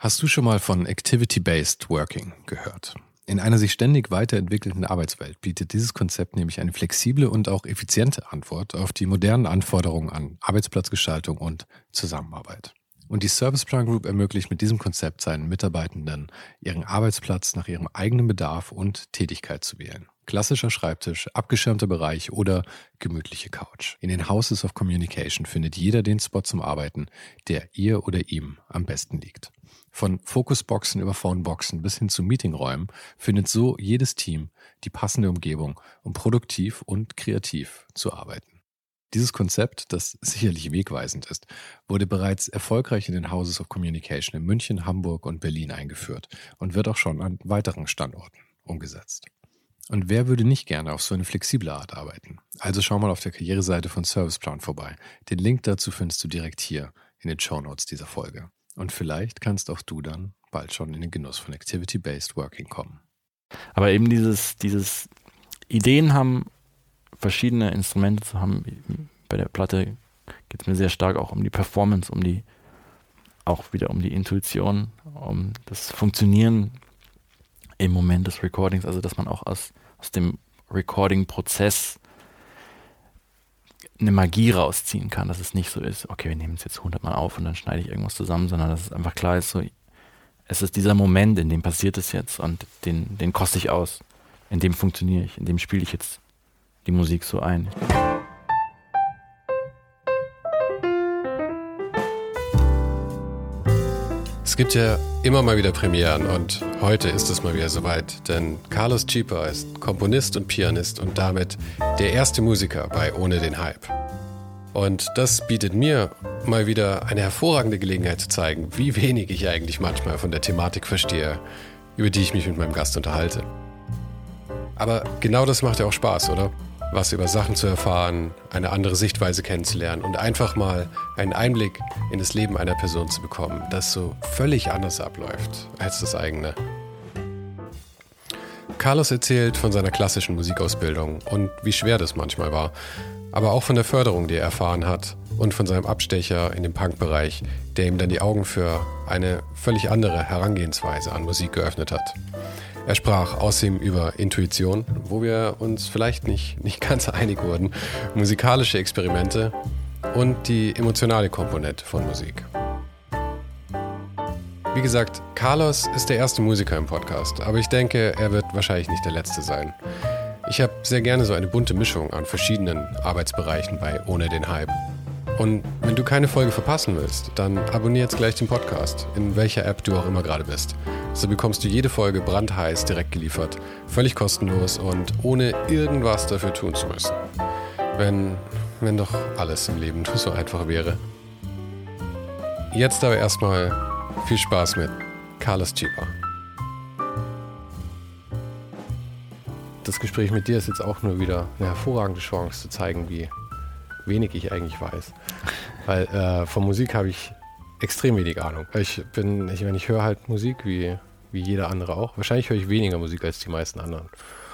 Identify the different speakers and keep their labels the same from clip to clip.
Speaker 1: Hast du schon mal von Activity-Based Working gehört? In einer sich ständig weiterentwickelnden Arbeitswelt bietet dieses Konzept nämlich eine flexible und auch effiziente Antwort auf die modernen Anforderungen an Arbeitsplatzgestaltung und Zusammenarbeit. Und die Serviceplan Group ermöglicht mit diesem Konzept seinen Mitarbeitenden, ihren Arbeitsplatz nach ihrem eigenen Bedarf und Tätigkeit zu wählen. Klassischer Schreibtisch, abgeschirmter Bereich oder gemütliche Couch. In den Houses of Communication findet jeder den Spot zum Arbeiten, der ihr oder ihm am besten liegt. Von Fokusboxen über Phoneboxen bis hin zu Meetingräumen findet so jedes Team die passende Umgebung, um produktiv und kreativ zu arbeiten. Dieses Konzept, das sicherlich wegweisend ist, wurde bereits erfolgreich in den Houses of Communication in München, Hamburg und Berlin eingeführt und wird auch schon an weiteren Standorten umgesetzt. Und wer würde nicht gerne auf so eine flexible Art arbeiten? Also schau mal auf der Karriereseite von Serviceplan vorbei. Den Link dazu findest du direkt hier in den Shownotes dieser Folge. Und vielleicht kannst auch du dann bald schon in den Genuss von Activity-Based Working kommen.
Speaker 2: Aber eben dieses Ideen haben, verschiedene Instrumente zu haben. Bei der Platte geht es mir sehr stark auch um die Performance, um die Intuition, um das Funktionieren im Moment des Recordings, also dass man auch aus dem Recording-Prozess eine Magie rausziehen kann, dass es nicht so ist, okay, wir nehmen es jetzt 100 Mal auf und dann schneide ich irgendwas zusammen, sondern dass es einfach klar ist, so, es ist dieser Moment, in dem passiert es jetzt und den koste ich aus, in dem funktioniere ich, in dem spiele ich jetzt die Musik so ein.
Speaker 3: Es gibt ja immer mal wieder Premieren und heute ist es mal wieder soweit, denn Carlos Chipa ist Komponist und Pianist und damit der erste Musiker bei Ohne den Hype. Und das bietet mir mal wieder eine hervorragende Gelegenheit zu zeigen, wie wenig ich eigentlich manchmal von der Thematik verstehe, über die ich mich mit meinem Gast unterhalte. Aber genau das macht ja auch Spaß, oder? Was über Sachen zu erfahren, eine andere Sichtweise kennenzulernen und einfach mal einen Einblick in das Leben einer Person zu bekommen, das so völlig anders abläuft als das eigene. Carlos erzählt von seiner klassischen Musikausbildung und wie schwer das manchmal war, aber auch von der Förderung, die er erfahren hat und von seinem Abstecher in den Punk-Bereich, der ihm dann die Augen für eine völlig andere Herangehensweise an Musik geöffnet hat. Er sprach außerdem über Intuition, wo wir uns vielleicht nicht ganz einig wurden, musikalische Experimente und die emotionale Komponente von Musik. Wie gesagt, Carlos ist der erste Musiker im Podcast, aber ich denke, er wird wahrscheinlich nicht der letzte sein. Ich habe sehr gerne so eine bunte Mischung an verschiedenen Arbeitsbereichen bei Ohne den Hype. Und wenn du keine Folge verpassen willst, dann abonniere jetzt gleich den Podcast, in welcher App du auch immer gerade bist. So bekommst du jede Folge brandheiß direkt geliefert, völlig kostenlos und ohne irgendwas dafür tun zu müssen. Wenn doch alles im Leben so einfach wäre. Jetzt aber erstmal viel Spaß mit Carlos Chipa. Das Gespräch mit dir ist jetzt auch nur wieder eine hervorragende Chance zu zeigen, wie wenig ich eigentlich weiß. Weil von Musik habe ich extrem wenig Ahnung. Ich höre halt Musik wie jeder andere auch. Wahrscheinlich höre ich weniger Musik als die meisten anderen.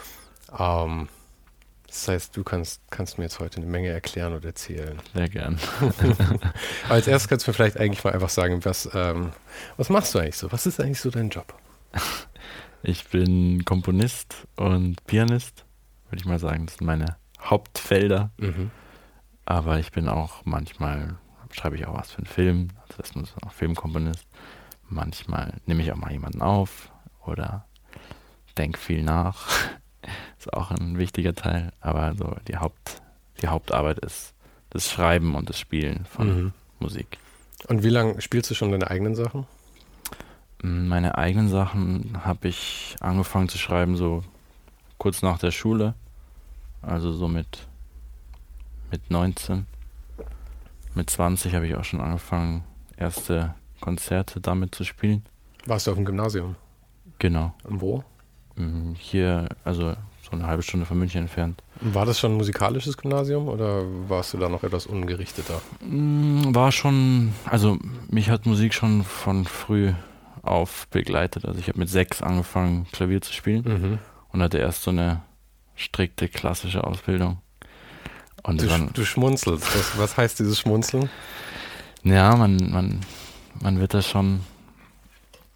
Speaker 3: Das heißt, du kannst mir jetzt heute eine Menge erklären und erzählen.
Speaker 2: Sehr gern.
Speaker 3: Aber als erstes kannst du mir vielleicht eigentlich mal einfach sagen, was machst du eigentlich so? Was ist eigentlich so dein Job?
Speaker 2: Ich bin Komponist und Pianist, würde ich mal sagen. Das sind meine Hauptfelder. Mhm. Aber ich bin auch schreibe ich auch was für einen Film, also das ist auch Filmkomponist. Manchmal nehme ich auch mal jemanden auf oder denke viel nach. Ist auch ein wichtiger Teil. Aber so die Hauptarbeit ist das Schreiben und das Spielen von Musik.
Speaker 3: Und wie lange spielst du schon deine eigenen Sachen?
Speaker 2: Meine eigenen Sachen habe ich angefangen zu schreiben so kurz nach der Schule. Also so mit 19. Mit 20 habe ich auch schon angefangen, erste Konzerte damit zu spielen.
Speaker 3: Warst du auf dem Gymnasium?
Speaker 2: Genau.
Speaker 3: Und wo?
Speaker 2: Hier, also so eine halbe Stunde von München entfernt.
Speaker 3: War das schon ein musikalisches Gymnasium oder warst du da noch etwas ungerichteter?
Speaker 2: War schon, also mich hat Musik schon von früh auf begleitet. Also ich habe mit 6 angefangen, Klavier zu spielen und hatte erst so eine strikte klassische Ausbildung. Und
Speaker 3: du schmunzelst. Was heißt dieses Schmunzeln?
Speaker 2: Ja, man wird da schon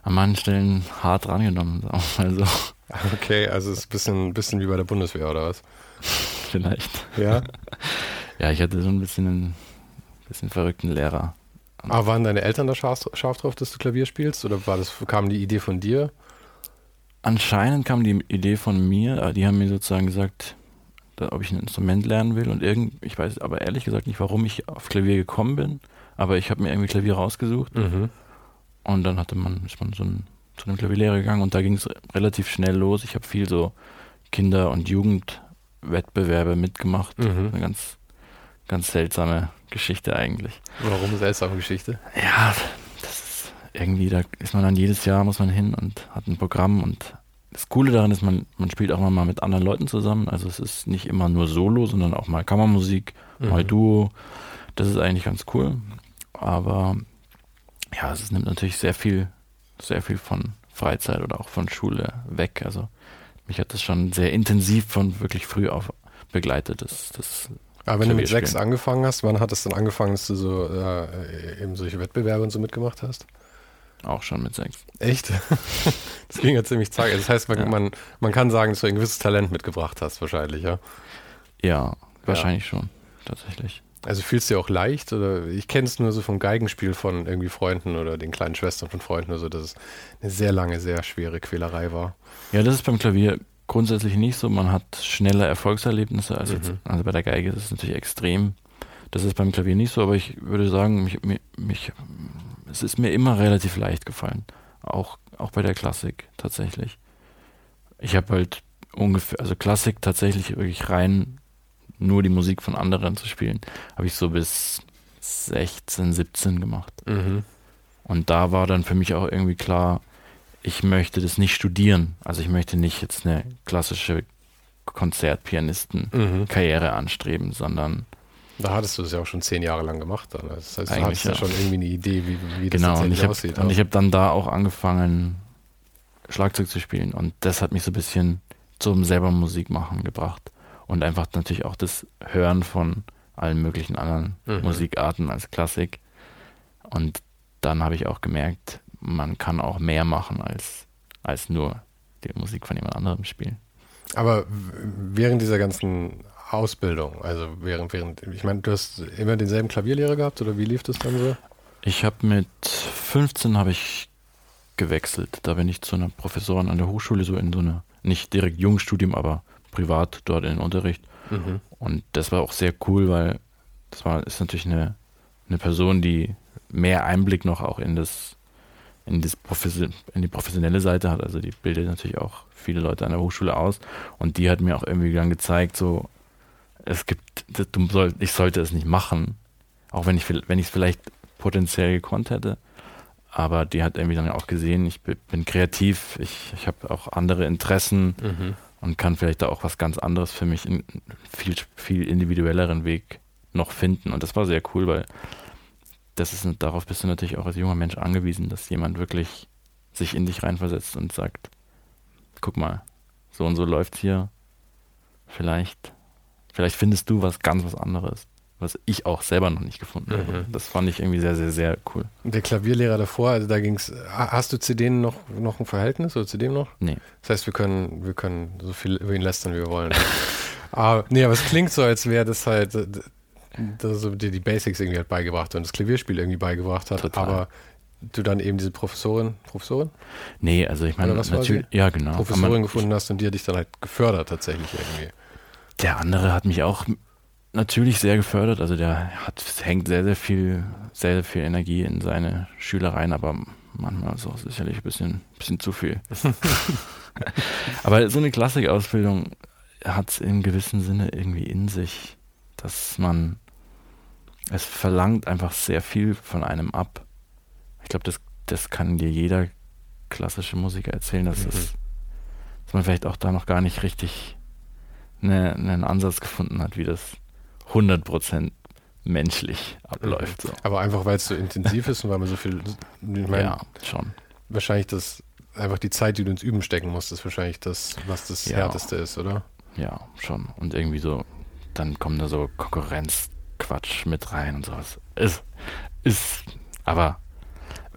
Speaker 2: an manchen Stellen hart rangenommen, sagen wir mal so.
Speaker 3: Okay, also es ist ein bisschen wie bei der Bundeswehr, oder was?
Speaker 2: Vielleicht.
Speaker 3: Ja?
Speaker 2: Ja, ich hatte so ein bisschen verrückten Lehrer.
Speaker 3: Aber waren deine Eltern da scharf drauf, dass du Klavier spielst? Oder kam die Idee von dir?
Speaker 2: Anscheinend kam die Idee von mir. Die haben mir sozusagen gesagt, ob ich ein Instrument lernen will. Und ich weiß aber ehrlich gesagt nicht, warum ich auf Klavier gekommen bin. Aber ich habe mir irgendwie Klavier rausgesucht. Mhm. Und dann ist man zu einem Klavierlehrer gegangen. Und da ging es relativ schnell los. Ich habe viel so Kinder- und Jugendwettbewerbe mitgemacht.
Speaker 3: Mhm.
Speaker 2: Eine ganz, ganz seltsame Geschichte eigentlich.
Speaker 3: Warum seltsame Geschichte?
Speaker 2: Ja, das ist irgendwie, da ist man dann jedes Jahr, muss man hin und hat ein Programm. Und das Coole daran ist, man spielt auch mal mit anderen Leuten zusammen. Also es ist nicht immer nur Solo, sondern auch mal Kammermusik, mal Duo. Das ist eigentlich ganz cool. Aber ja, es nimmt natürlich sehr viel von Freizeit oder auch von Schule weg. Also mich hat das schon sehr intensiv von wirklich früh auf begleitet.
Speaker 3: Aber wenn du mit 6 angefangen hast, wann hat es dann angefangen, dass du so eben solche Wettbewerbe und so mitgemacht hast?
Speaker 2: Auch schon mit 6.
Speaker 3: Echt? Das ging ja ziemlich zackig. Das heißt, man kann sagen, dass du ein gewisses Talent mitgebracht hast wahrscheinlich, ja?
Speaker 2: Ja, wahrscheinlich schon, tatsächlich.
Speaker 3: Also fühlst du dir auch leicht? Oder ich kenne es nur so vom Geigenspiel von irgendwie Freunden oder den kleinen Schwestern von Freunden oder so, dass es eine sehr lange, sehr schwere Quälerei war.
Speaker 2: Ja, das ist beim Klavier grundsätzlich nicht so. Man hat schnelle Erfolgserlebnisse. Also bei der Geige ist es natürlich extrem. Das ist beim Klavier nicht so, aber ich würde sagen, es ist mir immer relativ leicht gefallen. Auch bei der Klassik tatsächlich. Ich habe halt also Klassik tatsächlich wirklich rein nur die Musik von anderen zu spielen, habe ich so bis 16, 17 gemacht. Mhm. Und da war dann für mich auch irgendwie klar, ich möchte das nicht studieren. Also ich möchte nicht jetzt eine klassische Konzertpianisten-Karriere anstreben, sondern...
Speaker 3: Da hattest du das ja auch schon 10 Jahre lang gemacht. Dann. Das heißt, du hattest ja schon irgendwie eine Idee, wie das
Speaker 2: tatsächlich
Speaker 3: aussieht.
Speaker 2: Und ich habe dann da auch angefangen, Schlagzeug zu spielen. Und das hat mich so ein bisschen zum selber Musik machen gebracht. Und einfach natürlich auch das Hören von allen möglichen anderen Musikarten als Klassik. Und dann habe ich auch gemerkt, man kann auch mehr machen als nur die Musik von jemand anderem spielen.
Speaker 3: Aber während dieser ganzen Ausbildung, also ich meine, du hast immer denselben Klavierlehrer gehabt oder wie lief das dann so?
Speaker 2: Ich habe mit 15 gewechselt. Da bin ich zu einer Professorin an der Hochschule, so in so einer, nicht direkt Jungstudium, aber privat dort in den Unterricht. Mhm. Und das war auch sehr cool, weil ist natürlich eine Person, die mehr Einblick noch auch in die professionelle Seite hat. Also die bildet natürlich auch viele Leute an der Hochschule aus. Und die hat mir auch irgendwie dann gezeigt, so, ich sollte es nicht machen, auch wenn ich es vielleicht potenziell gekonnt hätte. Aber die hat irgendwie dann auch gesehen, ich bin kreativ, ich habe auch andere Interessen und kann vielleicht da auch was ganz anderes für mich in viel, viel individuelleren Weg noch finden. Und das war sehr cool, weil darauf bist du natürlich auch als junger Mensch angewiesen, dass jemand wirklich sich in dich reinversetzt und sagt, guck mal, so und so läuft's hier. Vielleicht findest du was anderes, was ich auch selber noch nicht gefunden habe. Das fand ich irgendwie sehr, sehr, sehr cool.
Speaker 3: Und der Klavierlehrer davor, also da ging's, hast du zu denen noch ein Verhältnis oder zu dem noch?
Speaker 2: Nee.
Speaker 3: Das heißt, wir können so viel über ihn lästern, wie wir wollen. aber es klingt so, als wäre das halt, dass dir die Basics irgendwie halt beigebracht und das Klavierspiel irgendwie beigebracht hat. Total. Aber du dann eben diese Professorin?
Speaker 2: Nee, also ich meine, natürlich, ja genau.
Speaker 3: Professorin gefunden hast und die hat dich dann halt gefördert tatsächlich irgendwie.
Speaker 2: Der andere hat mich auch natürlich sehr gefördert, also der hängt sehr, sehr viel Energie in seine Schüler rein, aber manchmal ist auch sicherlich ein bisschen zu viel. Aber so eine Klassikausbildung hat es im gewissen Sinne irgendwie in sich, dass es verlangt einfach sehr viel von einem ab. Ich glaube, das kann dir jeder klassische Musiker erzählen, dass man vielleicht auch da noch gar nicht richtig einen Ansatz gefunden hat, wie das 100% menschlich abläuft. So.
Speaker 3: Aber einfach, weil es so intensiv ist und weil man so viel...
Speaker 2: ja, schon.
Speaker 3: Wahrscheinlich einfach die Zeit, die du ins Üben stecken musst, ist wahrscheinlich das, was das Härteste ist, oder?
Speaker 2: Ja, schon. Und irgendwie so, dann kommt da so Konkurrenzquatsch mit rein und sowas. Aber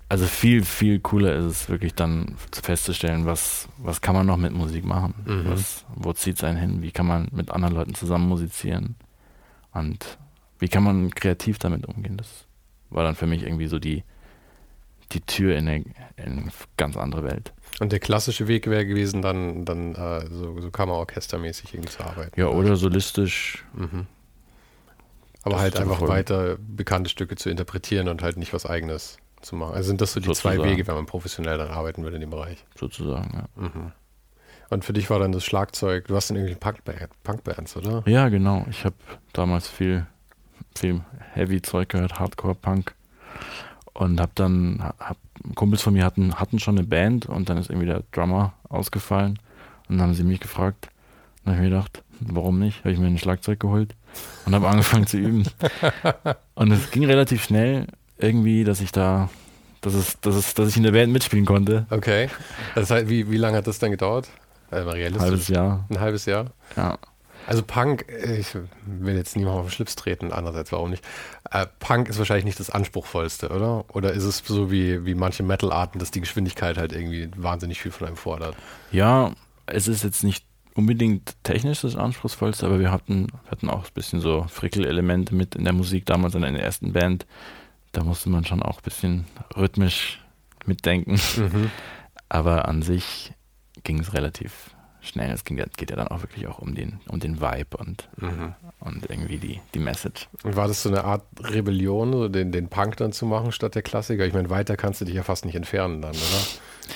Speaker 2: Also viel, viel cooler ist es wirklich dann festzustellen, was kann man noch mit Musik machen? Wo zieht es einen hin? Wie kann man mit anderen Leuten zusammen musizieren? Und wie kann man kreativ damit umgehen? Das war dann für mich irgendwie so die Tür in eine ganz andere Welt.
Speaker 3: Und der klassische Weg wäre gewesen, dann so kammerorchestermäßig irgendwie zu arbeiten.
Speaker 2: Ja, oder solistisch.
Speaker 3: Aber halt einfach weiter bekannte Stücke zu interpretieren und halt nicht was Eigenes zu machen. Also sind das so die zwei Wege, wenn man professionell dann arbeiten würde in dem Bereich?
Speaker 2: Sozusagen, ja.
Speaker 3: Und für dich war dann das Schlagzeug, du hast in irgendwelchen Punkbands, oder?
Speaker 2: Ja, genau. Ich habe damals viel Heavy-Zeug gehört, Hardcore-Punk. Und Kumpels von mir hatten schon eine Band und dann ist irgendwie der Drummer ausgefallen. Und dann haben sie mich gefragt. Und dann habe ich mir gedacht, warum nicht? Habe ich mir ein Schlagzeug geholt und habe angefangen zu üben. Und es ging relativ schnell irgendwie, dass ich in der Band mitspielen konnte.
Speaker 3: Okay. Das heißt, wie lange hat das dann gedauert?
Speaker 2: Ein halbes Jahr.
Speaker 3: Ein halbes Jahr?
Speaker 2: Ja.
Speaker 3: Also Punk, ich will jetzt niemandem auf den Schlips treten, andererseits warum nicht. Punk ist wahrscheinlich nicht das Anspruchsvollste, oder? Oder ist es so wie manche Metal-Arten, dass die Geschwindigkeit halt irgendwie wahnsinnig viel von einem fordert?
Speaker 2: Ja, es ist jetzt nicht unbedingt technisch das Anspruchsvollste, aber wir hatten auch ein bisschen so Frickel-Elemente mit in der Musik, damals in der ersten Band. Da musste man schon auch ein bisschen rhythmisch mitdenken. Aber an sich ging es relativ schnell. Es geht ja dann auch wirklich auch um den Vibe und irgendwie die Message.
Speaker 3: Und war das so eine Art Rebellion, so den Punk dann zu machen statt der Klassiker? Ich meine, weiter kannst du dich ja fast nicht entfernen dann, oder?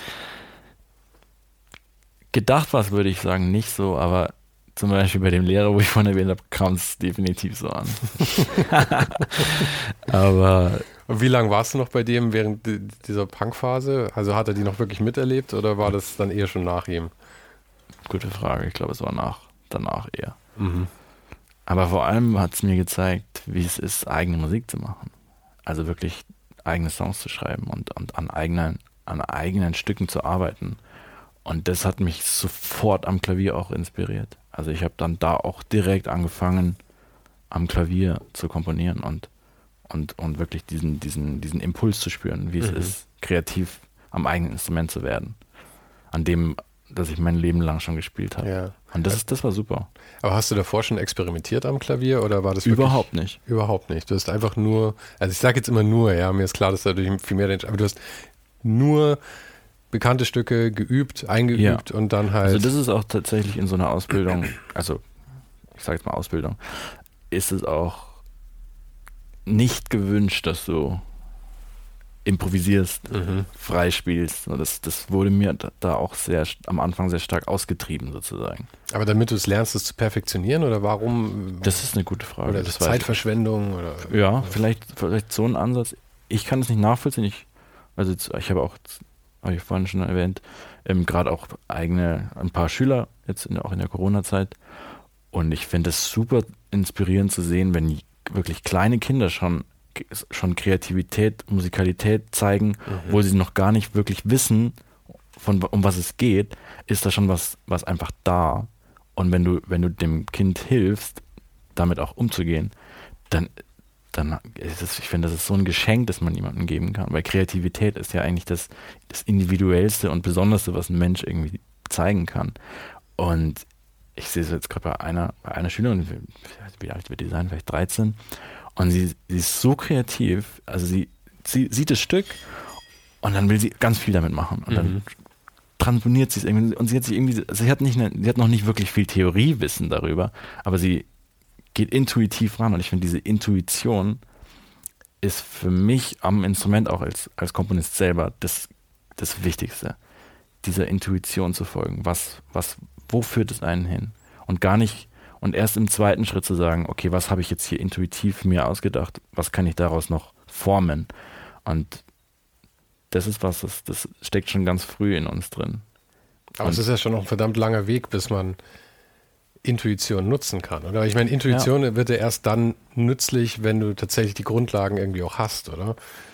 Speaker 2: Gedacht war es, würde ich sagen, nicht so, aber zum Beispiel bei dem Lehrer, wo ich vorhin erwähnt habe, kam es definitiv so an. Aber
Speaker 3: und wie lange warst du noch bei dem während dieser Punk-Phase? Also hat er die noch wirklich miterlebt oder war das dann eher schon nach ihm?
Speaker 2: Gute Frage. Ich glaube, es war danach eher. Aber vor allem hat es mir gezeigt, wie es ist, eigene Musik zu machen. Also wirklich eigene Songs zu schreiben und an eigenen Stücken zu arbeiten. Und das hat mich sofort am Klavier auch inspiriert. Also ich habe dann da auch direkt angefangen, am Klavier zu komponieren und wirklich diesen Impuls zu spüren, wie es ist, kreativ am eigenen Instrument zu werden. An dem, das ich mein Leben lang schon gespielt habe.
Speaker 3: Ja.
Speaker 2: Und das war super.
Speaker 3: Aber hast du davor schon experimentiert am Klavier oder war das
Speaker 2: Überhaupt nicht.
Speaker 3: Überhaupt nicht. Du hast einfach nur, also ich sage jetzt immer nur, ja, mir ist klar, dass dadurch viel mehr, aber du hast nur bekannte Stücke eingeübt und dann halt.
Speaker 2: Also das ist auch tatsächlich in so einer Ausbildung, also ich sage jetzt mal Ausbildung, ist es auch nicht gewünscht, dass du improvisierst, freispielst. Das wurde mir da auch am Anfang sehr stark ausgetrieben sozusagen.
Speaker 3: Aber damit du es lernst, es zu perfektionieren oder warum?
Speaker 2: Das ist eine gute Frage.
Speaker 3: Oder das Zeitverschwendung? Oder?
Speaker 2: Ja, vielleicht so ein Ansatz. Ich kann es nicht nachvollziehen. Ich habe ich vorhin schon erwähnt, gerade auch ein paar Schüler, jetzt auch in der Corona-Zeit. Und ich finde es super inspirierend zu sehen, wenn wirklich kleine Kinder schon Kreativität, Musikalität zeigen, wo sie noch gar nicht wirklich wissen, um was es geht, ist da schon was einfach da. Und wenn du dem Kind hilfst, damit auch umzugehen, dann ist es, ich finde, das ist so ein Geschenk, das man jemandem geben kann. Weil Kreativität ist ja eigentlich das Individuellste und Besonderste, was ein Mensch irgendwie zeigen kann. Und ich sehe es jetzt gerade bei einer Schülerin, wie alt wird die sein, vielleicht 13, und sie ist so kreativ, also sie sieht das Stück und dann will sie ganz viel damit machen. Und dann transponiert sie es irgendwie und sie hat noch nicht wirklich viel Theoriewissen darüber, aber sie geht intuitiv ran und ich finde, diese Intuition ist für mich am Instrument auch als Komponist selber das Wichtigste, dieser Intuition zu folgen. Wo führt es einen hin? Und gar nicht, und erst im zweiten Schritt zu sagen, okay, was habe ich jetzt hier intuitiv mir ausgedacht? Was kann ich daraus noch formen? Und das ist das steckt schon ganz früh in uns drin.
Speaker 3: Aber es ist ja schon noch ein verdammt langer Weg, bis man Intuition nutzen kann, oder? Ich meine, Intuition wird ja erst dann nützlich, wenn du tatsächlich die Grundlagen irgendwie auch hast, oder?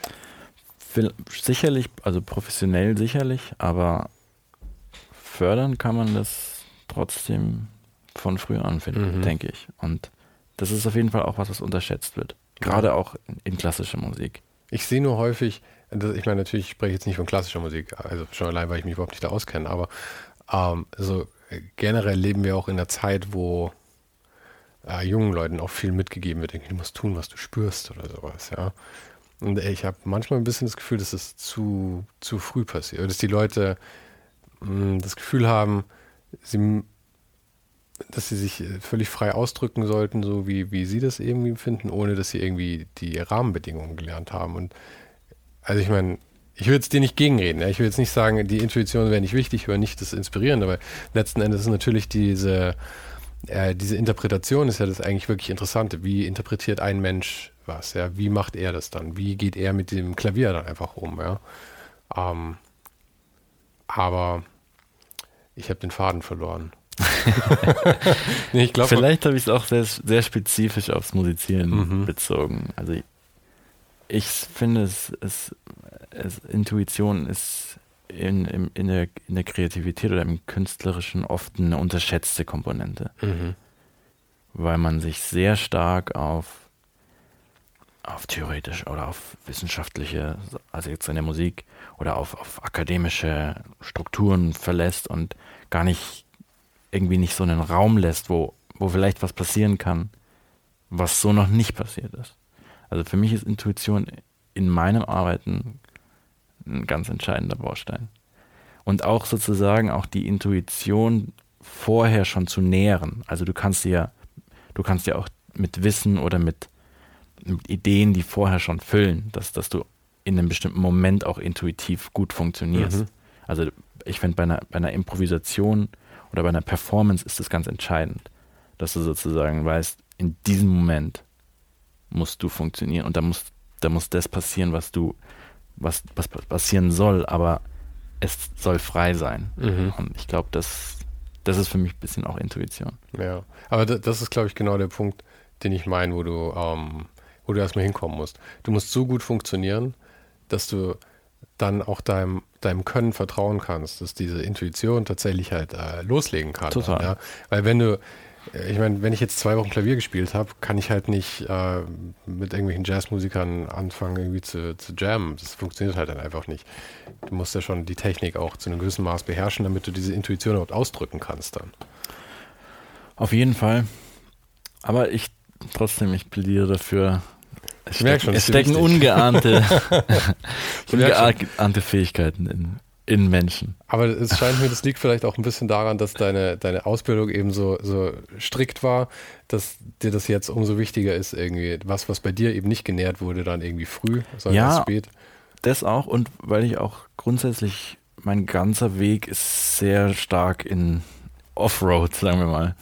Speaker 2: Sicherlich, also professionell sicherlich, aber fördern kann man das trotzdem von früh an, denke ich. Und das ist auf jeden Fall auch was unterschätzt wird. Gerade auch in klassischer Musik.
Speaker 3: Ich sehe nur häufig, ich meine, natürlich spreche ich jetzt nicht von klassischer Musik, also schon allein, weil ich mich überhaupt nicht da auskenne, aber so generell leben wir auch in einer Zeit, wo jungen Leuten auch viel mitgegeben wird. Du musst tun, was du spürst oder sowas, ja. Und ich habe manchmal ein bisschen das Gefühl, dass es zu früh passiert. Oder dass die Leute das Gefühl haben, dass sie sich völlig frei ausdrücken sollten, so wie sie das irgendwie empfinden, ohne dass sie irgendwie die Rahmenbedingungen gelernt haben. Und also ich meine, ich will jetzt dir nicht gegenreden. Ja? Ich will jetzt nicht sagen, die Intuition wäre nicht wichtig oder nicht das Inspirierende, aber letzten Endes ist natürlich diese Interpretation ist ja das eigentlich wirklich Interessante. Wie interpretiert ein Mensch was? Ja? Wie macht er das dann? Wie geht er mit dem Klavier dann einfach um? Ja? Aber ich habe den Faden verloren.
Speaker 2: Nee, ich glaub, vielleicht habe ich es auch sehr, sehr spezifisch aufs Musizieren bezogen. Also ich finde, Intuition ist in der Kreativität oder im Künstlerischen oft eine unterschätzte Komponente. Weil man sich sehr stark auf theoretisch oder auf wissenschaftliche, also jetzt in der Musik, oder auf akademische Strukturen verlässt und gar nicht irgendwie nicht so einen Raum lässt, wo vielleicht was passieren kann, was so noch nicht passiert ist. Also für mich ist Intuition in meinem Arbeiten ein ganz entscheidender Baustein. Und auch sozusagen auch die Intuition vorher schon zu nähren. Also du kannst ja auch mit Wissen oder mit Ideen, die vorher schon füllen, dass du in einem bestimmten Moment auch intuitiv gut funktionierst. Also ich finde, bei einer Improvisation oder bei einer Performance ist das ganz entscheidend, dass du sozusagen weißt, in diesem Moment musst du funktionieren und da muss das passieren, was passieren soll, aber es soll frei sein. Und ich glaube, das ist für mich ein bisschen auch Intuition.
Speaker 3: Ja, aber das ist, glaube ich, genau der Punkt, den ich meine, wo du erstmal hinkommen musst. Du musst so gut funktionieren, dass du dann auch deinem Können vertrauen kannst, dass diese Intuition tatsächlich halt loslegen kann.
Speaker 2: Total.
Speaker 3: Ja? Weil wenn ich jetzt 2 Wochen Klavier gespielt habe, kann ich halt nicht mit irgendwelchen Jazzmusikern anfangen, irgendwie zu jammen. Das funktioniert halt dann einfach nicht. Du musst ja schon die Technik auch zu einem gewissen Maß beherrschen, damit du diese Intuition überhaupt ausdrücken kannst dann.
Speaker 2: Auf jeden Fall. Aber ich plädiere dafür, es stecken ungeahnte Fähigkeiten in Menschen.
Speaker 3: Aber es scheint mir, das liegt vielleicht auch ein bisschen daran, dass deine Ausbildung eben so strikt war, dass dir das jetzt umso wichtiger ist, irgendwie was bei dir eben nicht genährt wurde, dann irgendwie früh, sondern erst spät.
Speaker 2: Das auch, und weil ich auch grundsätzlich, mein ganzer Weg ist sehr stark in Offroad, sagen wir mal.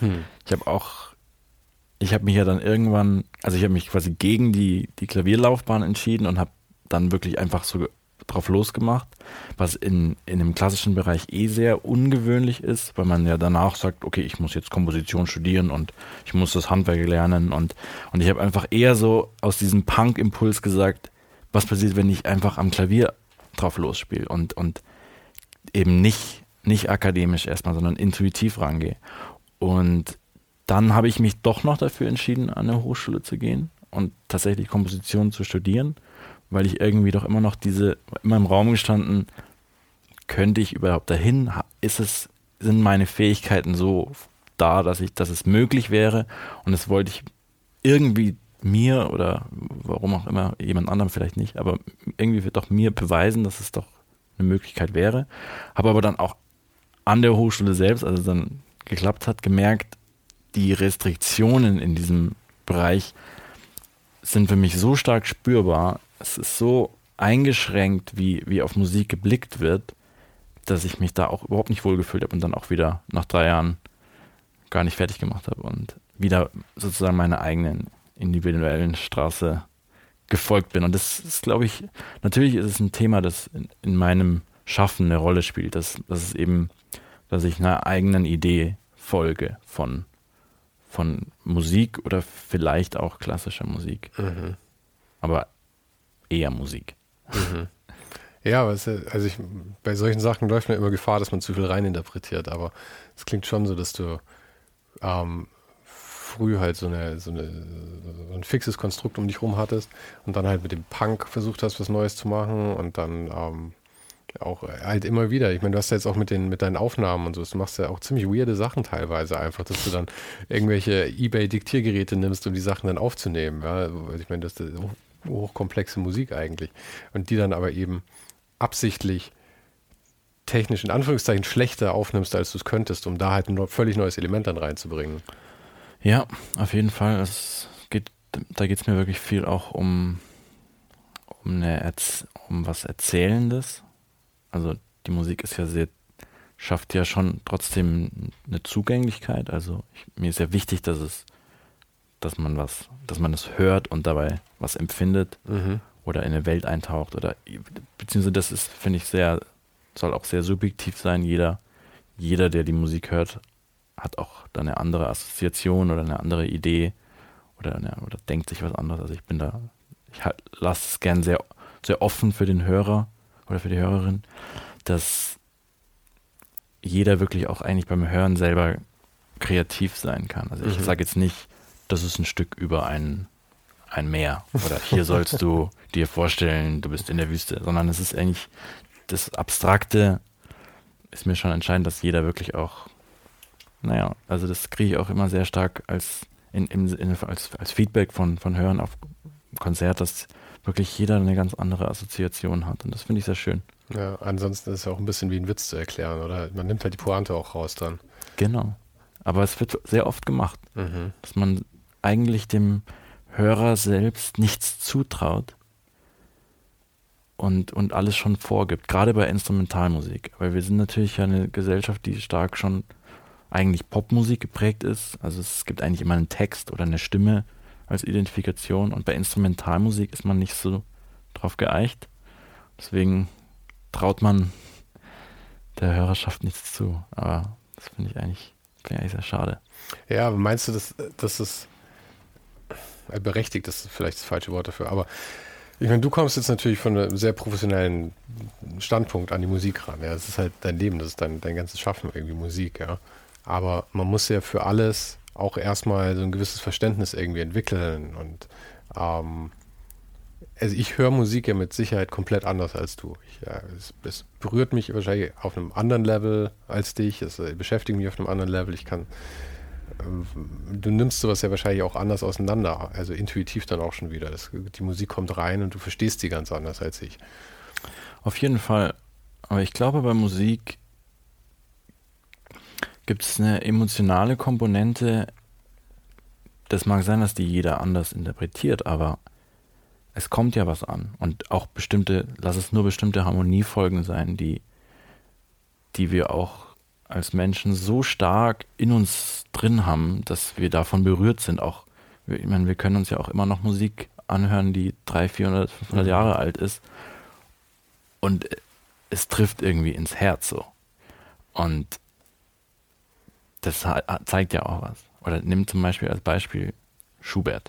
Speaker 2: Ich habe mich ja dann irgendwann, also ich habe mich quasi gegen die Klavierlaufbahn entschieden und habe dann wirklich einfach so drauf losgemacht, was in einem klassischen Bereich sehr ungewöhnlich ist, weil man ja danach sagt, okay, ich muss jetzt Komposition studieren und ich muss das Handwerk lernen und ich habe einfach eher so aus diesem Punk-Impuls gesagt, was passiert, wenn ich einfach am Klavier drauf losspiele und eben nicht akademisch erstmal, sondern intuitiv rangehe. Und dann habe ich mich doch noch dafür entschieden, an eine Hochschule zu gehen und tatsächlich Komposition zu studieren, weil ich irgendwie doch immer noch immer im Raum gestanden, könnte ich überhaupt dahin? Sind meine Fähigkeiten so da, dass es möglich wäre? Und das wollte ich irgendwie mir oder warum auch immer, jemand anderem vielleicht nicht, aber irgendwie wird doch mir beweisen, dass es doch eine Möglichkeit wäre. Habe aber dann auch an der Hochschule selbst, als es dann geklappt hat, gemerkt, die Restriktionen in diesem Bereich sind für mich so stark spürbar. Es ist so eingeschränkt, wie auf Musik geblickt wird, dass ich mich da auch überhaupt nicht wohlgefühlt habe und dann auch wieder nach 3 Jahren gar nicht fertig gemacht habe und wieder sozusagen meiner eigenen individuellen Straße gefolgt bin. Und das ist, glaube ich, natürlich ist es ein Thema, das in meinem Schaffen eine Rolle spielt, dass ich einer eigenen Idee folge von Musik oder vielleicht auch klassischer Musik. Aber eher Musik.
Speaker 3: Ja, bei solchen Sachen läuft man immer Gefahr, dass man zu viel reininterpretiert, aber es klingt schon so, dass du früh halt so ein fixes Konstrukt um dich rum hattest und dann halt mit dem Punk versucht hast, was Neues zu machen und dann auch halt immer wieder. Ich meine, du hast ja jetzt auch mit deinen Aufnahmen und so, du machst ja auch ziemlich weirde Sachen teilweise einfach, dass du dann irgendwelche eBay-Diktiergeräte nimmst, um die Sachen dann aufzunehmen. Ja? Ich meine, das ist hochkomplexe Musik eigentlich. Und die dann aber eben absichtlich technisch in Anführungszeichen schlechter aufnimmst, als du es könntest, um da halt ein völlig neues Element dann reinzubringen.
Speaker 2: Ja, auf jeden Fall. Da geht es mir wirklich viel auch um was Erzählendes. Also die Musik ist ja schafft ja schon trotzdem eine Zugänglichkeit. Also mir ist ja wichtig, dass man es hört und dabei was empfindet oder in eine Welt eintaucht oder beziehungsweise das ist, finde ich, soll auch sehr subjektiv sein. Jeder, der die Musik hört, hat auch da eine andere Assoziation oder eine andere Idee oder denkt sich was anderes. Also ich lasse es gern sehr, sehr offen für den Hörer oder für die Hörerin, dass jeder wirklich auch eigentlich beim Hören selber kreativ sein kann. Also ich sage jetzt nicht, das ist ein Stück über ein Meer oder hier sollst du dir vorstellen, du bist in der Wüste, sondern es ist eigentlich das Abstrakte, ist mir schon entscheidend, dass jeder wirklich auch, also das kriege ich auch immer sehr stark als Feedback von Hören auf Konzert, dass wirklich jeder eine ganz andere Assoziation hat und das finde ich sehr schön.
Speaker 3: Ja, ansonsten ist es ja auch ein bisschen wie ein Witz zu erklären, oder? Man nimmt halt die Pointe auch raus dann.
Speaker 2: Genau. Aber es wird sehr oft gemacht, dass man eigentlich dem Hörer selbst nichts zutraut und alles schon vorgibt, gerade bei Instrumentalmusik. Weil wir sind natürlich ja eine Gesellschaft, die stark schon eigentlich Popmusik geprägt ist. Also es gibt eigentlich immer einen Text oder eine Stimme als Identifikation und bei Instrumentalmusik ist man nicht so drauf geeicht. Deswegen traut man der Hörerschaft nichts zu. Aber das finde ich eigentlich sehr schade.
Speaker 3: Ja, aber meinst du, dass es berechtigt ist vielleicht das falsche Wort dafür, aber ich meine, du kommst jetzt natürlich von einem sehr professionellen Standpunkt an die Musik ran. Ja, es ist halt dein Leben, das ist dein ganzes Schaffen, irgendwie Musik, ja. Aber man muss ja für alles auch erstmal so ein gewisses Verständnis irgendwie entwickeln und also ich höre Musik ja mit Sicherheit komplett anders als du. Es berührt mich wahrscheinlich auf einem anderen Level als dich, es beschäftigt mich auf einem anderen Level. Du nimmst sowas ja wahrscheinlich auch anders auseinander, also intuitiv dann auch schon wieder. Die Musik kommt rein und du verstehst sie ganz anders als ich.
Speaker 2: Auf jeden Fall. Aber ich glaube, bei Musik gibt es eine emotionale Komponente. Das mag sein, dass die jeder anders interpretiert, aber es kommt ja was an. Und auch lass es nur bestimmte Harmoniefolgen sein, die wir auch als Menschen so stark in uns drin haben, dass wir davon berührt sind. Auch, ich meine, wir können uns ja auch immer noch Musik anhören, die 300, 400, 500 Jahre alt ist. Und es trifft irgendwie ins Herz so. Und das zeigt ja auch was. Oder nimm zum Beispiel als Beispiel Schubert.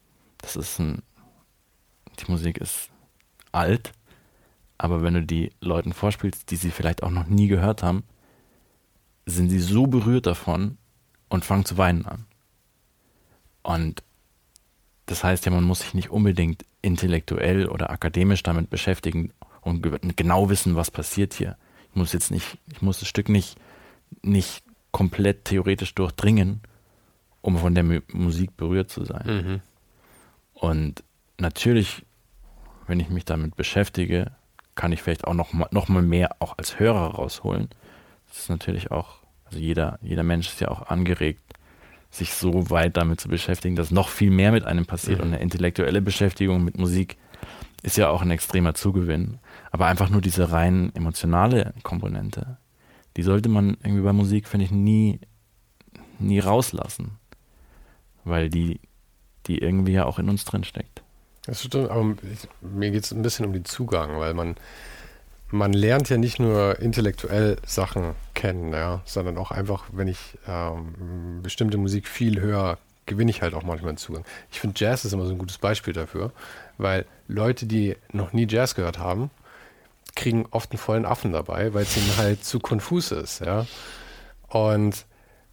Speaker 2: Die Musik ist alt, aber wenn du die Leuten vorspielst, die sie vielleicht auch noch nie gehört haben, sind sie so berührt davon und fangen zu weinen an. Und das heißt ja, man muss sich nicht unbedingt intellektuell oder akademisch damit beschäftigen und genau wissen, was passiert hier. Ich muss das Stück nicht komplett theoretisch durchdringen, um von der Musik berührt zu sein. Und natürlich, wenn ich mich damit beschäftige, kann ich vielleicht auch noch mal mehr auch als Hörer rausholen. Das ist natürlich auch, also jeder Mensch ist ja auch angeregt, sich so weit damit zu beschäftigen, dass noch viel mehr mit einem passiert. Und eine intellektuelle Beschäftigung mit Musik ist ja auch ein extremer Zugewinn. Aber einfach nur diese rein emotionale Komponente, die sollte man irgendwie bei Musik, finde ich, nie rauslassen. Weil die irgendwie ja auch in uns drin steckt.
Speaker 3: Das stimmt, aber mir geht es ein bisschen um den Zugang, weil man lernt ja nicht nur intellektuell Sachen kennen, ja, sondern auch einfach, wenn ich bestimmte Musik viel höre, gewinne ich halt auch manchmal einen Zugang. Ich finde, Jazz ist immer so ein gutes Beispiel dafür, weil Leute, die noch nie Jazz gehört haben, kriegen oft einen vollen Affen dabei, weil es ihnen halt zu konfus ist, ja. Und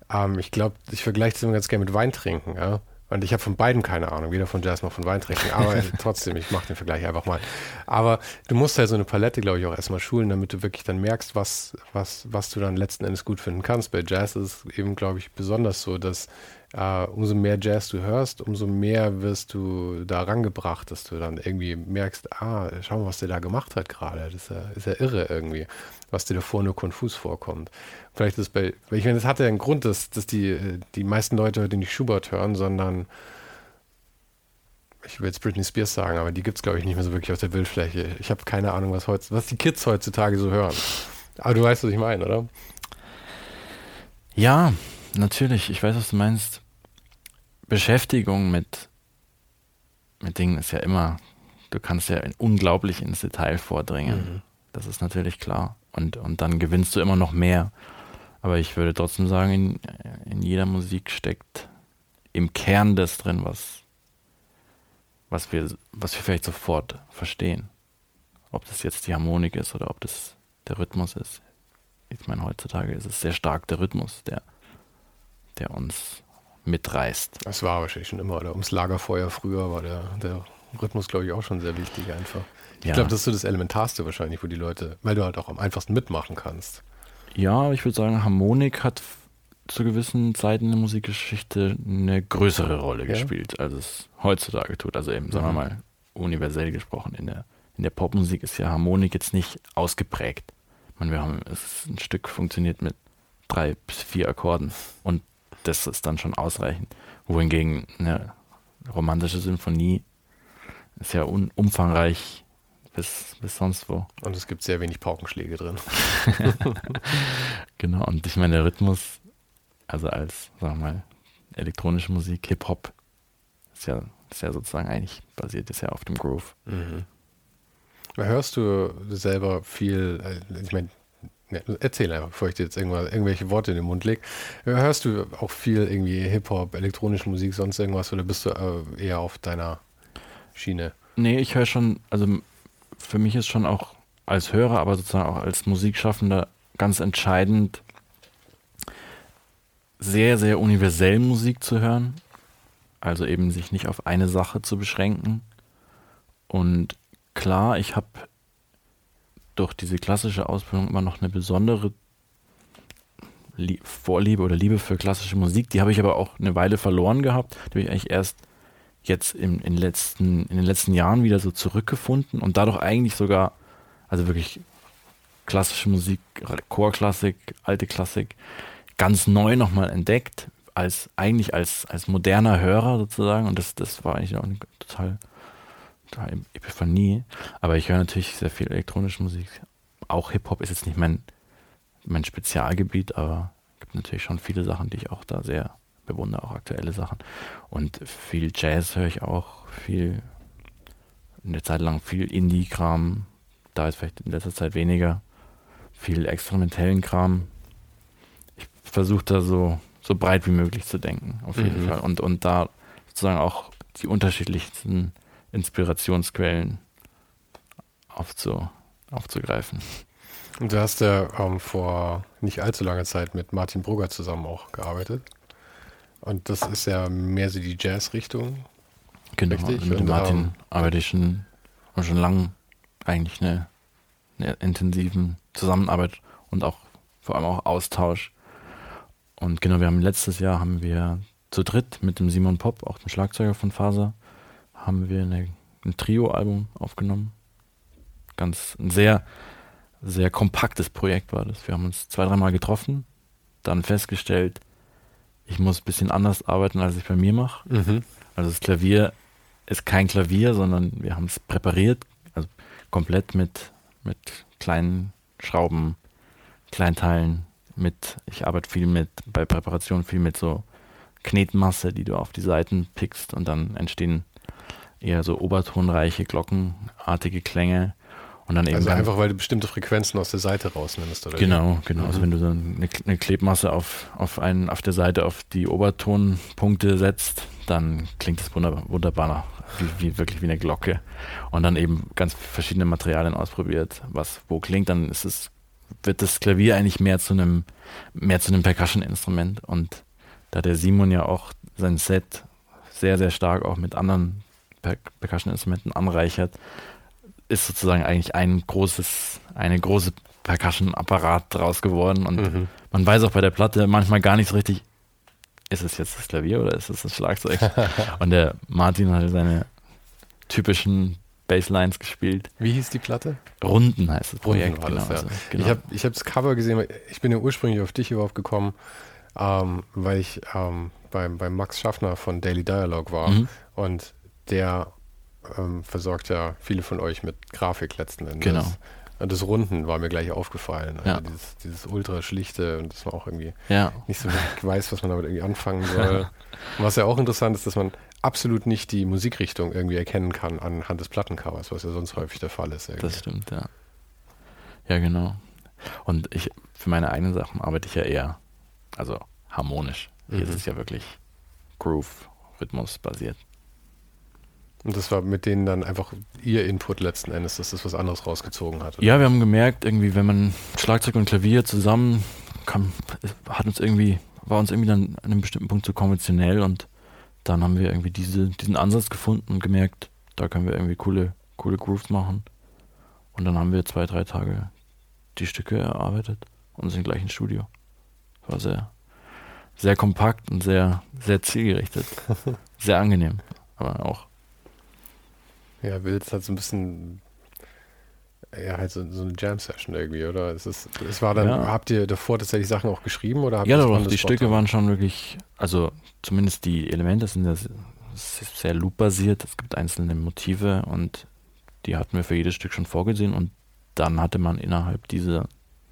Speaker 3: Ich glaube, ich vergleiche das immer ganz gerne mit Weintrinken, ja. Und ich habe von beiden keine Ahnung, weder von Jazz noch von Weintrinken, aber trotzdem, ich mache den Vergleich einfach mal. Aber du musst halt so eine Palette, glaube ich, auch erstmal schulen, damit du wirklich dann merkst, was du dann letzten Endes gut finden kannst. Bei Jazz ist es eben, glaube ich, besonders so, dass umso mehr Jazz du hörst, umso mehr wirst du da rangebracht, dass du dann irgendwie merkst, schau mal, was der da gemacht hat gerade. Das ist ja irre irgendwie, was dir davor nur konfus vorkommt. Vielleicht ist ich meine, das hat ja einen Grund, dass die meisten Leute heute nicht Schubert hören, sondern ich will jetzt Britney Spears sagen, aber die gibt es, glaube ich, nicht mehr so wirklich auf der Bildfläche. Ich habe keine Ahnung, was die Kids heutzutage so hören. Aber du weißt, was ich meine, oder?
Speaker 2: Ja, natürlich. Ich weiß, was du meinst. Beschäftigung mit Dingen ist ja immer, du kannst ja unglaublich ins Detail vordringen. Mhm. Das ist natürlich klar. Und dann gewinnst du immer noch mehr. Aber ich würde trotzdem sagen, in jeder Musik steckt im Kern das drin, was wir vielleicht sofort verstehen. Ob das jetzt die Harmonik ist oder ob das der Rhythmus ist. Ich meine, heutzutage ist es sehr stark der Rhythmus, der uns mitreißt.
Speaker 3: Das war wahrscheinlich schon immer, oder ums Lagerfeuer früher war der Rhythmus, glaube ich, auch schon sehr wichtig einfach. Ich glaube, das ist so das Elementarste wahrscheinlich, wo die Leute, weil du halt auch am einfachsten mitmachen kannst.
Speaker 2: Ja, ich würde sagen, Harmonik hat zu gewissen Zeiten in der Musikgeschichte eine größere Rolle gespielt, als es heutzutage tut. Also eben, sagen wir mal, universell gesprochen. In der Popmusik ist ja Harmonik jetzt nicht ausgeprägt. Ich meine, ein Stück funktioniert mit 3 bis 4 Akkorden und das ist dann schon ausreichend. Wohingegen eine romantische Sinfonie ist ja umfangreich bis sonst wo.
Speaker 3: Und es gibt sehr wenig Paukenschläge drin.
Speaker 2: Genau, und ich meine, der Rhythmus, also als, sagen wir mal, elektronische Musik, Hip-Hop, ist ja sozusagen eigentlich basiert ist ja auf dem Groove.
Speaker 3: Mhm. Hörst du selber viel, ich meine, erzähl einfach, bevor ich dir jetzt irgendwelche Worte in den Mund lege. Hörst du auch viel irgendwie Hip-Hop, elektronische Musik, sonst irgendwas, oder bist du eher auf deiner Schiene?
Speaker 2: Nee, ich höre schon, also für mich ist schon auch als Hörer, aber sozusagen auch als Musikschaffender ganz entscheidend, sehr, sehr universell Musik zu hören. Also eben sich nicht auf eine Sache zu beschränken. Und klar, ich habe durch diese klassische Ausbildung immer noch eine besondere Vorliebe oder Liebe für klassische Musik. Die habe ich aber auch eine Weile verloren gehabt. Die habe ich eigentlich erst jetzt in den letzten Jahren wieder so zurückgefunden und dadurch eigentlich sogar, also wirklich klassische Musik, Chorklassik, alte Klassik, ganz neu nochmal entdeckt, als moderner Hörer sozusagen. Und das war eigentlich auch eine total Epiphanie. Aber ich höre natürlich sehr viel elektronische Musik. Auch Hip-Hop ist jetzt nicht mein Spezialgebiit, aber es gibt natürlich schon viele Sachen, die ich auch da sehr bewundere, auch aktuelle Sachen. Und viel Jazz höre ich auch, eine Zeit lang viel Indie-Kram, da ist vielleicht in letzter Zeit weniger, viel experimentellen Kram. Ich versuche da so breit wie möglich zu denken, auf jeden Fall. Und da sozusagen auch die unterschiedlichsten Inspirationsquellen aufzugreifen.
Speaker 3: Und du hast ja vor nicht allzu langer Zeit mit Martin Brugger zusammen auch gearbeitet. Und das ist ja mehr so die Jazz-Richtung.
Speaker 2: Genau, richtig? Mit Martin arbeite ich schon lange eigentlich eine intensiven Zusammenarbeit und auch vor allem auch Austausch. Und genau, letztes Jahr haben wir zu dritt mit dem Simon Popp, auch dem Schlagzeuger von Faser, haben wir ein Trio-Album aufgenommen. Ein sehr, sehr kompaktes Projekt war das. Wir haben uns 2-3 Mal getroffen, dann festgestellt, ich muss ein bisschen anders arbeiten, als ich bei mir mache. Mhm. Also das Klavier ist kein Klavier, sondern wir haben es präpariert, also komplett mit kleinen Schrauben, Kleinteilen, ich arbeite bei Präparation viel mit so Knetmasse, die du auf die Seiten pickst und dann entstehen eher so obertonreiche, glockenartige Klänge. Und dann eben
Speaker 3: also einfach, weil du bestimmte Frequenzen aus der Seite rausnimmst, oder?
Speaker 2: Genau. Mhm. Also wenn du so eine Klebmasse auf der Seite auf die Obertonpunkte setzt, dann klingt das wunderbar nach, wirklich wie eine Glocke. Und dann eben ganz verschiedene Materialien ausprobiert, was wo klingt, dann ist es wird das Klavier eigentlich mehr zu einem Percussion-Instrument. Und da der Simon ja auch sein Set sehr, sehr stark auch mit anderen Percussion-Instrumenten anreichert, ist sozusagen eigentlich eine große Percussion-Apparat draus geworden. Und man weiß auch bei der Platte manchmal gar nicht so richtig, ist es jetzt das Klavier oder ist es das Schlagzeug? Und der Martin hatte seine typischen Basslines gespielt.
Speaker 3: Wie hieß die Platte?
Speaker 2: Runden heißt das Projekt.
Speaker 3: Runden war das,
Speaker 2: genau.
Speaker 3: ja.
Speaker 2: Genau.
Speaker 3: Ich hab das Cover gesehen, ich bin ja ursprünglich auf dich überhaupt gekommen, weil ich beim Max Schaffner von Daily Dialogue war und der versorgt ja viele von euch mit Grafik letzten Endes.
Speaker 2: Genau.
Speaker 3: Und das Runden war mir gleich aufgefallen. Also
Speaker 2: Ja.
Speaker 3: dieses ultra schlichte und dass man auch irgendwie
Speaker 2: Ja.
Speaker 3: nicht so wirklich weiß, was man damit irgendwie anfangen soll. Und was ja auch interessant ist, dass man absolut nicht die Musikrichtung irgendwie erkennen kann anhand des Plattencovers, was ja sonst häufig der Fall ist. Irgendwie.
Speaker 2: Das stimmt, ja. Ja, genau. Und für meine eigenen Sachen arbeite ich ja eher, also harmonisch. Hier ist es ja wirklich Groove, Rhythmus basiert.
Speaker 3: Und das war mit denen dann einfach ihr Input letzten Endes, dass das was anderes rausgezogen hat. Oder?
Speaker 2: Ja, wir haben gemerkt, irgendwie, wenn man Schlagzeug und Klavier zusammen kam, war uns irgendwie dann an einem bestimmten Punkt zu konventionell und dann haben wir irgendwie diesen Ansatz gefunden und gemerkt, da können wir irgendwie coole Grooves machen. Und dann haben wir 2-3 Tage die Stücke erarbeitet und sind gleich ins Studio. War sehr, sehr kompakt und sehr, sehr zielgerichtet. Sehr angenehm, aber auch.
Speaker 3: Ja, Wilds hat so ein bisschen, ja, halt so eine Jam-Session irgendwie, oder? Es war dann, habt ihr davor tatsächlich Sachen auch geschrieben oder habt
Speaker 2: Ja,
Speaker 3: ihr
Speaker 2: doch, die Stücke waren schon wirklich, also zumindest die Elemente sind ja sehr loop-basiert. Es gibt einzelne Motive und die hatten wir für jedes Stück schon vorgesehen und dann hatte man innerhalb dieser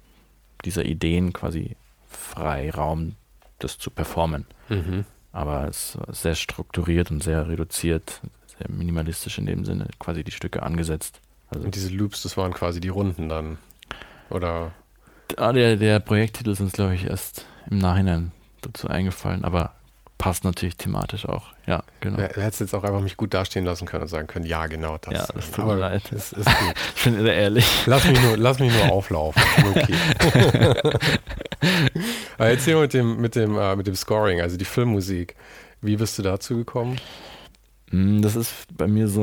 Speaker 2: Ideen quasi Freiraum, das zu performen. Aber es war sehr strukturiert und sehr reduziert, sehr minimalistisch in dem Sinne, quasi die Stücke angesetzt. Also
Speaker 3: Und diese Loops, das waren quasi die Runden dann, oder?
Speaker 2: Der Projekttitel ist uns, glaube ich, erst im Nachhinein dazu eingefallen, aber passt natürlich thematisch auch. Ja, genau.
Speaker 3: Ja, du hättest jetzt auch einfach mich gut dastehen lassen können und sagen können, ja, genau das.
Speaker 2: Ja, das tut mir leid.
Speaker 3: Ist gut.
Speaker 2: Ich bin sehr ehrlich.
Speaker 3: Lass mich nur auflaufen. Okay. Aber erzähl mal mit dem Scoring, also die Filmmusik. Wie bist du dazu gekommen?
Speaker 2: Das ist bei mir so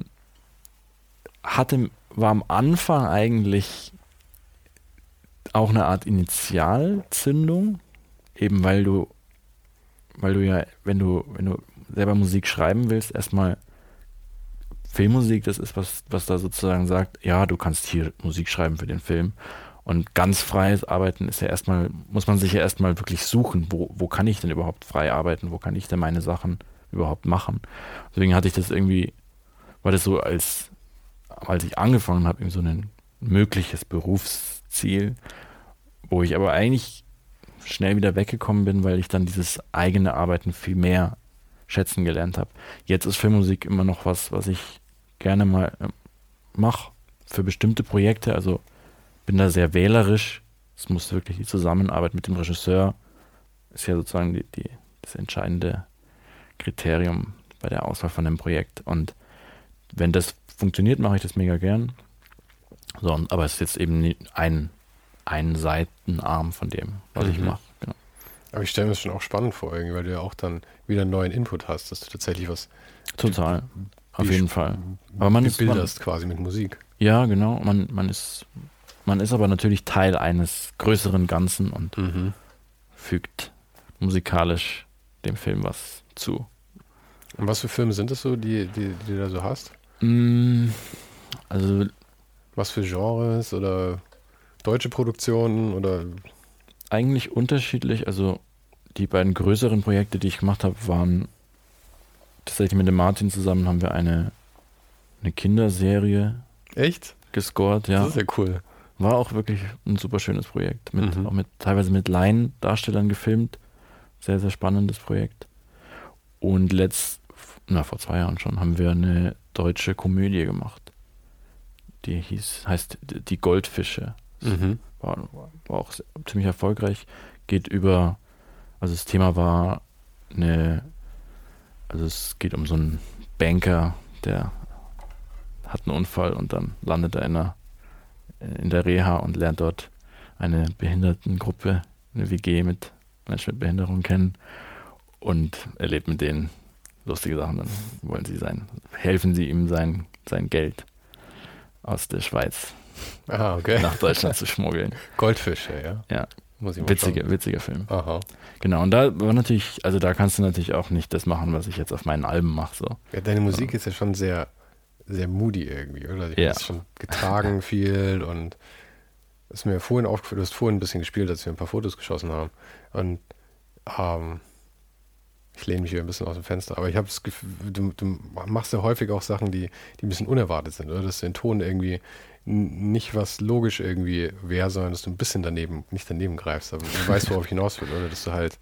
Speaker 2: war am Anfang eigentlich auch eine Art Initialzündung, eben weil du ja, wenn du selber Musik schreiben willst, erstmal Filmmusik, das ist was da sozusagen sagt, ja, du kannst hier Musik schreiben für den Film. Und ganz freies Arbeiten ist ja muss man sich ja erstmal wirklich suchen, wo kann ich denn überhaupt frei arbeiten, wo kann ich denn meine Sachen überhaupt machen. Deswegen hatte ich das irgendwie, war das so, als ich angefangen habe, irgendwie so ein mögliches Berufsziel, wo ich aber eigentlich schnell wieder weggekommen bin, weil ich dann dieses eigene Arbeiten viel mehr schätzen gelernt habe. Jetzt ist Filmmusik immer noch was ich gerne mal mache für bestimmte Projekte, also bin da sehr wählerisch. Es muss wirklich die Zusammenarbeit mit dem Regisseur ist ja sozusagen das entscheidende Kriterium bei der Auswahl von einem Projekt. Und wenn das funktioniert, mache ich das mega gern. So, aber es ist jetzt eben ein Seitenarm von dem, was ich mache. Genau.
Speaker 3: Aber ich stelle mir das schon auch spannend vor, irgendwie, weil du ja auch dann wieder einen neuen Input hast, dass du tatsächlich was
Speaker 2: Total, auf jeden Fall. Aber man
Speaker 3: bilderst quasi mit Musik.
Speaker 2: Ja, genau. Man ist aber natürlich Teil eines größeren Ganzen und fügt musikalisch dem Film was zu.
Speaker 3: Und was für Filme sind das so, die du da so hast?
Speaker 2: Also
Speaker 3: was für Genres oder deutsche Produktionen oder?
Speaker 2: Eigentlich unterschiedlich. Also die beiden größeren Projekte, die ich gemacht habe, waren tatsächlich mit dem Martin zusammen, haben wir eine Kinderserie
Speaker 3: Echt?
Speaker 2: gescored. Ja.
Speaker 3: Das ist ja cool.
Speaker 2: War auch wirklich ein super schönes Projekt. Auch teilweise mit Laiendarstellern gefilmt. Sehr, sehr spannendes Projekt. Und vor 2 Jahren schon, haben wir eine deutsche Komödie gemacht. Die heißt Die Goldfische. War auch ziemlich erfolgreich. Also das Thema war es geht um so einen Banker, der hat einen Unfall und dann landet er in der Reha und lernt dort eine Behindertengruppe, eine WG mit Menschen mit Behinderung kennen und erlebt mit denen lustige Sachen. Dann helfen sie ihm sein Geld aus der Schweiz nach Deutschland zu schmuggeln.
Speaker 3: Goldfische, ja?
Speaker 2: Ja. Witziger Film.
Speaker 3: Aha.
Speaker 2: Genau, und da war natürlich, also da kannst du natürlich auch nicht das machen, was ich jetzt auf meinen Alben mache. So.
Speaker 3: Ja, deine Musik ist ja schon sehr, sehr moody irgendwie, oder? Ich
Speaker 2: ja.
Speaker 3: hast schon getragen viel und ist mir vorhin aufgefallen, du hast vorhin ein bisschen gespielt, als wir ein paar Fotos geschossen haben. Und ich lehne mich hier ein bisschen aus dem Fenster, aber ich habe das Gefühl, du machst ja häufig auch Sachen, die ein bisschen unerwartet sind, oder? Dass du den Ton irgendwie nicht was logisch irgendwie wäre, sondern dass du ein bisschen nicht daneben greifst, aber du weißt, worauf ich hinaus will, oder? Dass du halt,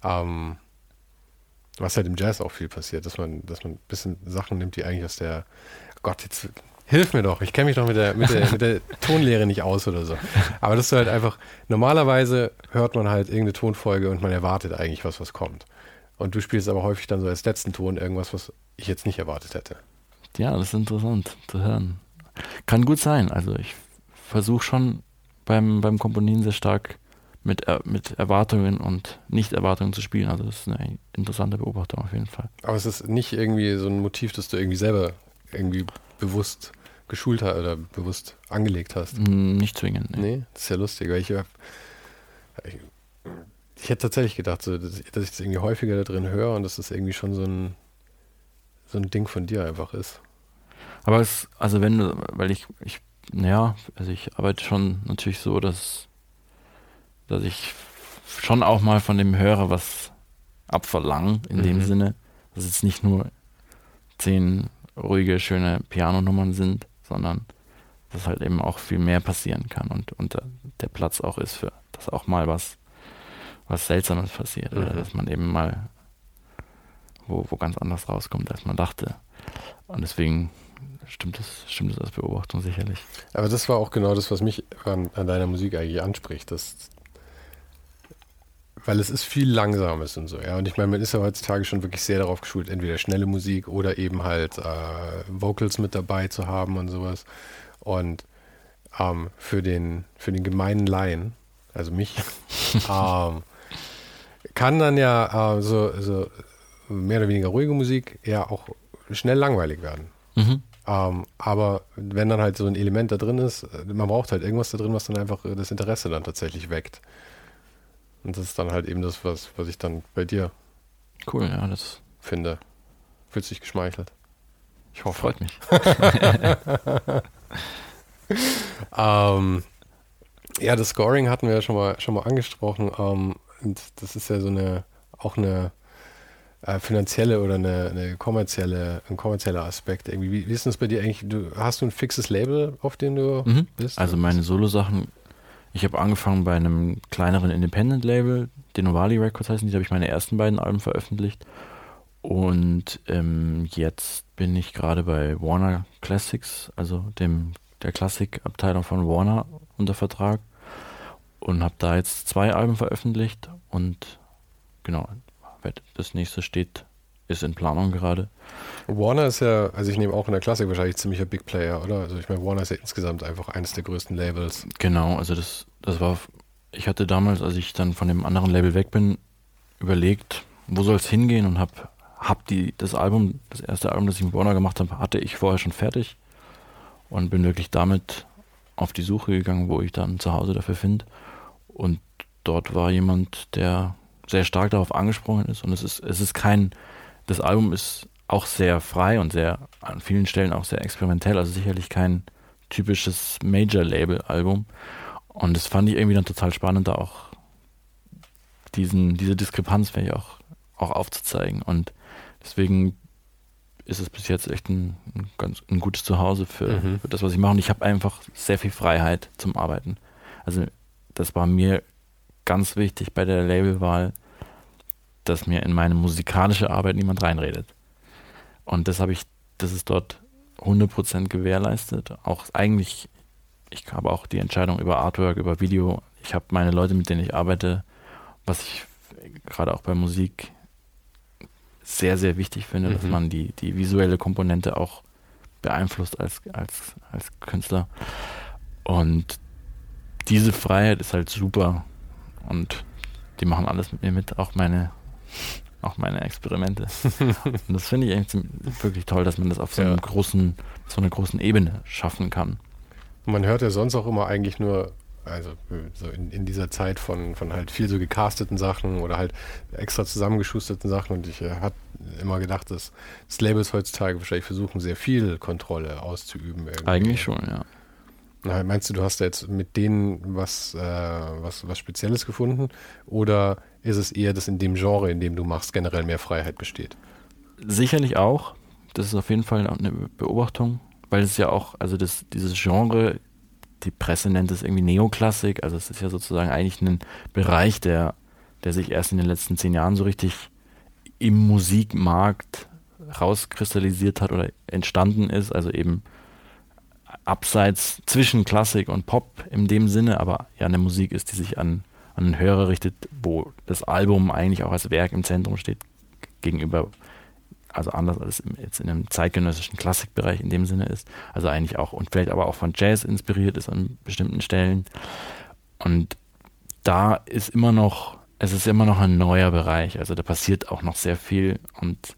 Speaker 3: was halt im Jazz auch viel passiert, dass man ein bisschen Sachen nimmt, die eigentlich aus der, Gott, jetzt hilf mir doch, ich kenne mich doch mit der Tonlehre nicht aus oder so. Aber dass du halt einfach, normalerweise hört man halt irgendeine Tonfolge und man erwartet eigentlich was kommt. Und du spielst aber häufig dann so als letzten Ton irgendwas, was ich jetzt nicht erwartet hätte.
Speaker 2: Ja, das ist interessant zu hören. Kann gut sein. Also ich versuche schon beim Komponieren sehr stark mit Erwartungen und Nicht-Erwartungen zu spielen. Also das ist eine interessante Beobachtung auf jeden Fall.
Speaker 3: Aber es ist nicht irgendwie so ein Motiv, das du irgendwie selber irgendwie bewusst geschult hast oder bewusst angelegt hast?
Speaker 2: Nicht zwingend.
Speaker 3: Nee, das ist ja lustig, weil ich hätte tatsächlich gedacht, so, dass ich das irgendwie häufiger da drin höre und dass das irgendwie schon so ein Ding von dir einfach ist.
Speaker 2: Aber ich arbeite schon natürlich so, dass ich schon auch mal von dem Hörer was abverlange, in dem Sinne, dass es nicht nur 10 ruhige, schöne Pianonummern sind, sondern dass halt eben auch viel mehr passieren kann und der Platz auch ist für, dass auch mal was Seltsames passiert oder dass man eben mal wo ganz anders rauskommt, als man dachte. Und deswegen stimmt das als Beobachtung sicherlich.
Speaker 3: Aber das war auch genau das, was mich an deiner Musik eigentlich anspricht, weil es ist viel Langsames und so, ja. Und ich meine, man ist ja heutzutage schon wirklich sehr darauf geschult, entweder schnelle Musik oder eben halt Vocals mit dabei zu haben und sowas. Und für den gemeinen Laien, also mich, kann dann ja so mehr oder weniger ruhige Musik ja auch schnell langweilig werden. Aber wenn dann halt so ein Element da drin ist, man braucht halt irgendwas da drin, was dann einfach das Interesse dann tatsächlich weckt. Und das ist dann halt eben das, was ich dann bei dir
Speaker 2: cool, ja, das
Speaker 3: finde. Fühlst du dich geschmeichelt? Ich hoffe.
Speaker 2: Freut mich.
Speaker 3: Ja, das Scoring hatten wir ja schon mal angesprochen. Und das ist ja so eine finanzielle oder ein kommerzieller Aspekt. Irgendwie. Wie ist das bei dir eigentlich? Hast du ein fixes Label, auf dem du bist?
Speaker 2: Also meine Solo-Sachen, ich habe angefangen bei einem kleineren Independent-Label, Denovali Records heißen die, da habe ich meine ersten beiden Alben veröffentlicht. Und jetzt bin ich gerade bei Warner Classics, also der Klassikabteilung von Warner unter Vertrag und habe da jetzt 2 Alben veröffentlicht und genau, das nächste ist in Planung gerade.
Speaker 3: Warner ist ja, also ich nehme auch in der Klassik wahrscheinlich ziemlicher Big Player, oder? Also ich meine, Warner ist ja insgesamt einfach eines der größten Labels.
Speaker 2: Genau, also das war, ich hatte damals, als ich dann von dem anderen Label weg bin, überlegt, wo soll es hingehen und das erste Album, das ich mit Warner gemacht habe, hatte ich vorher schon fertig und bin wirklich damit auf die Suche gegangen, wo ich dann zu Hause dafür finde. Und dort war jemand, der sehr stark darauf angesprungen ist und das Album ist auch sehr frei und sehr an vielen Stellen auch sehr experimentell, also sicherlich kein typisches Major-Label-Album und das fand ich irgendwie dann total spannend, da auch diese Diskrepanz vielleicht auch aufzuzeigen und deswegen ist es bis jetzt echt ein gutes Zuhause für das, was ich mache und ich habe einfach sehr viel Freiheit zum Arbeiten. Also das war mir ganz wichtig bei der Labelwahl, dass mir in meine musikalische Arbeit niemand reinredet. Und das ist dort 100% gewährleistet. Auch eigentlich, ich habe auch die Entscheidung über Artwork, über Video. Ich habe meine Leute, mit denen ich arbeite, was ich gerade auch bei Musik sehr, sehr wichtig finde, dass man die visuelle Komponente auch beeinflusst als Künstler. Und diese Freiheit ist halt super und die machen alles mit mir mit, auch meine Experimente. Und das finde ich eigentlich wirklich toll, dass man das auf so einer großen Ebene schaffen kann.
Speaker 3: Man hört ja sonst auch immer eigentlich nur, also so in dieser Zeit von halt viel so gecasteten Sachen oder halt extra zusammengeschusterten Sachen, und ich habe immer gedacht, dass Labels heutzutage wahrscheinlich versuchen, sehr viel Kontrolle auszuüben. Irgendwie.
Speaker 2: Eigentlich schon, ja.
Speaker 3: Na, meinst du hast da jetzt mit denen was Spezielles gefunden, oder ist es eher, dass in dem Genre, in dem du machst, generell mehr Freiheit besteht?
Speaker 2: Sicherlich auch. Das ist auf jeden Fall eine Beobachtung, weil es ja auch, also dieses Genre, die Presse nennt es irgendwie Neoklassik, also es ist ja sozusagen eigentlich ein Bereich, der sich erst in den letzten 10 Jahren so richtig im Musikmarkt rauskristallisiert hat oder entstanden ist, also eben abseits zwischen Klassik und Pop in dem Sinne, aber ja eine Musik ist, die sich an einen Hörer richtet, wo das Album eigentlich auch als Werk im Zentrum steht, gegenüber, also anders als jetzt in einem zeitgenössischen Klassikbereich in dem Sinne ist, also eigentlich auch, und vielleicht aber auch von Jazz inspiriert ist an bestimmten Stellen. Und da ist es ist immer noch ein neuer Bereich, also da passiert auch noch sehr viel, und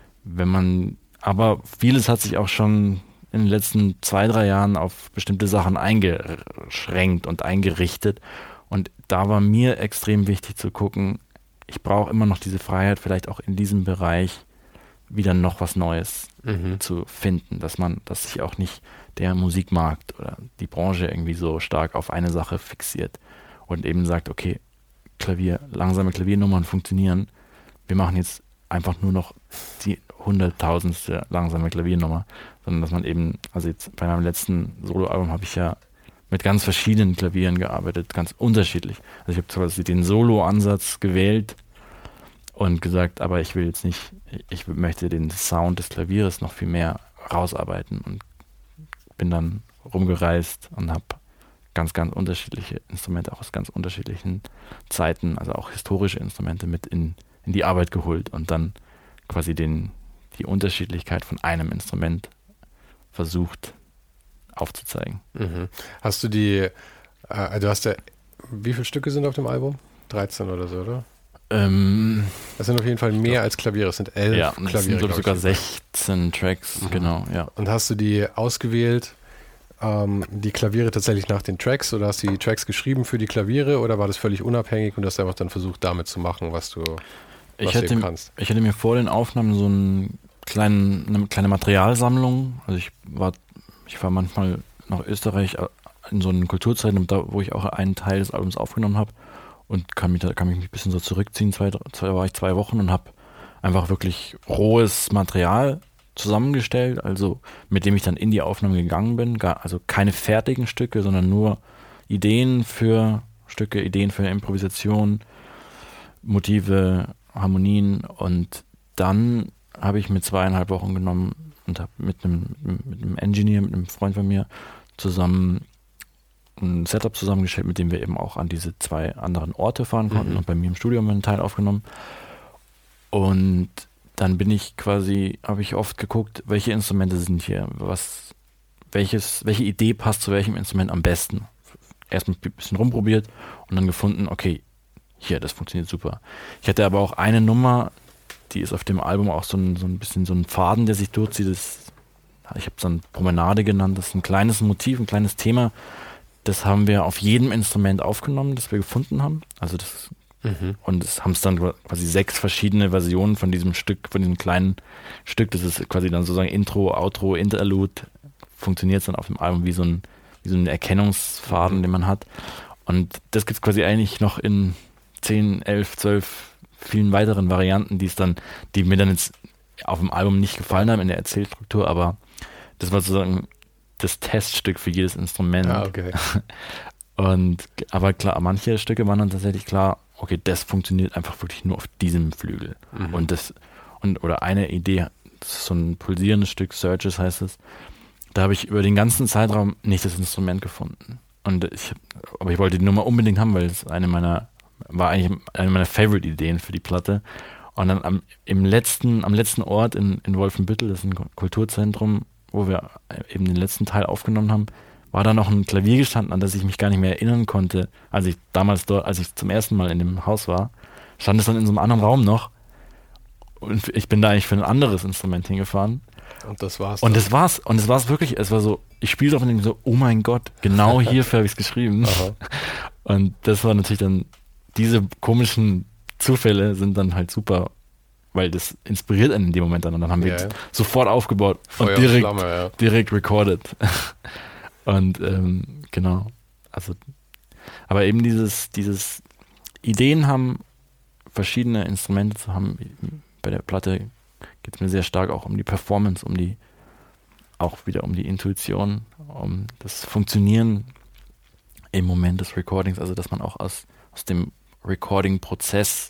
Speaker 2: aber vieles hat sich auch schon in den letzten 2-3 Jahren auf bestimmte Sachen eingeschränkt und eingerichtet, und da war mir extrem wichtig zu gucken, ich brauche immer noch diese Freiheit, vielleicht auch in diesem Bereich wieder noch was Neues zu finden, dass sich auch nicht der Musikmarkt oder die Branche irgendwie so stark auf eine Sache fixiert und eben sagt, okay, langsame Klaviernummern funktionieren, wir machen jetzt einfach nur noch die 100.000. langsame Klaviernummer, sondern dass man eben, also jetzt bei meinem letzten Soloalbum habe ich ja mit ganz verschiedenen Klavieren gearbeitet, ganz unterschiedlich. Also ich habe quasi den Solo-Ansatz gewählt und gesagt, aber ich möchte den Sound des Klaviers noch viel mehr rausarbeiten, und bin dann rumgereist und habe ganz, ganz unterschiedliche Instrumente auch aus ganz unterschiedlichen Zeiten, also auch historische Instrumente mit in die Arbeit geholt und dann quasi die Unterschiedlichkeit von einem Instrument versucht aufzuzeigen.
Speaker 3: Hast du wie viele Stücke sind auf dem Album? 13 oder so, oder? Das sind auf jeden Fall mehr als Klaviere, es sind 11 Klaviere.
Speaker 2: Ja, es sind sogar 16 Tracks, genau, ja.
Speaker 3: Und hast du die ausgewählt, die Klaviere tatsächlich nach den Tracks, oder hast du die Tracks geschrieben für die Klaviere, oder war das völlig unabhängig und hast einfach dann versucht, damit zu machen, was du eben kannst? Ich hatte
Speaker 2: mir vor den Aufnahmen so eine kleine Materialsammlung, also ich war manchmal nach Österreich in so einem Kulturzentrum, wo ich auch einen Teil des Albums aufgenommen habe, und kann mich ein bisschen so zurückziehen. War ich 2 Wochen und habe einfach wirklich rohes Material zusammengestellt, also mit dem ich dann in die Aufnahme gegangen bin. Also keine fertigen Stücke, sondern nur Ideen für Stücke, Ideen für Improvisation, Motive, Harmonien, und dann habe ich mir 2,5 Wochen genommen und habe mit einem Engineer, mit einem Freund von mir zusammen ein Setup zusammengestellt, mit dem wir eben auch an diese 2 anderen Orte fahren konnten, und bei mir im Studio haben wir einen Teil aufgenommen. Und dann habe ich oft geguckt, welche Instrumente sind hier, welche Idee passt zu welchem Instrument am besten. Erstmal ein bisschen rumprobiert und dann gefunden, okay, hier, das funktioniert super. Ich hatte aber auch eine Nummer, die ist auf dem Album auch so ein bisschen so ein Faden, der sich durchzieht. Ich habe es dann Promenade genannt, das ist ein kleines Motiv, ein kleines Thema. Das haben wir auf jedem Instrument aufgenommen, das wir gefunden haben. Also und es haben es dann quasi 6 verschiedene Versionen von diesem kleinen Stück. Das ist quasi dann sozusagen Intro, Outro, Interlude. Funktioniert es dann auf dem Album wie so ein Erkennungsfaden, den man hat. Und das gibt es quasi eigentlich noch in 10, 11, 12 vielen weiteren Varianten, die mir dann jetzt auf dem Album nicht gefallen haben in der Erzählstruktur, aber das war sozusagen das Teststück für jedes Instrument.
Speaker 3: Ah, okay.
Speaker 2: Aber klar, manche Stücke waren dann tatsächlich klar, okay, das funktioniert einfach wirklich nur auf diesem Flügel. Oder eine Idee, das ist so ein pulsierendes Stück, Surges heißt es, da habe ich über den ganzen Zeitraum nicht das Instrument gefunden. Aber ich wollte die Nummer unbedingt haben, weil es war eigentlich eine meiner Favorite-Ideen für die Platte. Und dann am letzten Ort in Wolfenbüttel, das ist ein Kulturzentrum, wo wir eben den letzten Teil aufgenommen haben, war da noch ein Klavier gestanden, an das ich mich gar nicht mehr erinnern konnte, als ich zum ersten Mal in dem Haus war, stand es dann in so einem anderen Raum noch und ich bin da eigentlich für ein anderes Instrument hingefahren.
Speaker 3: Und das war's.
Speaker 2: Und das war's. Und es war wirklich, es war so, ich spiele drauf und denke so, oh mein Gott, genau hierfür habe ich es geschrieben.
Speaker 3: Aha.
Speaker 2: Und das war natürlich dann, diese komischen Zufälle sind dann halt super, weil das inspiriert einen in dem Moment dann. Und dann haben wir sofort aufgebaut
Speaker 3: Feuer
Speaker 2: und
Speaker 3: Flamme,
Speaker 2: direkt recorded. Und genau, also, aber eben dieses Ideen haben, verschiedene Instrumente zu haben. Bei der Platte geht es mir sehr stark auch um die Performance, auch wieder um die Intuition, um das Funktionieren im Moment des Recordings, also dass man auch aus dem Recording-Prozess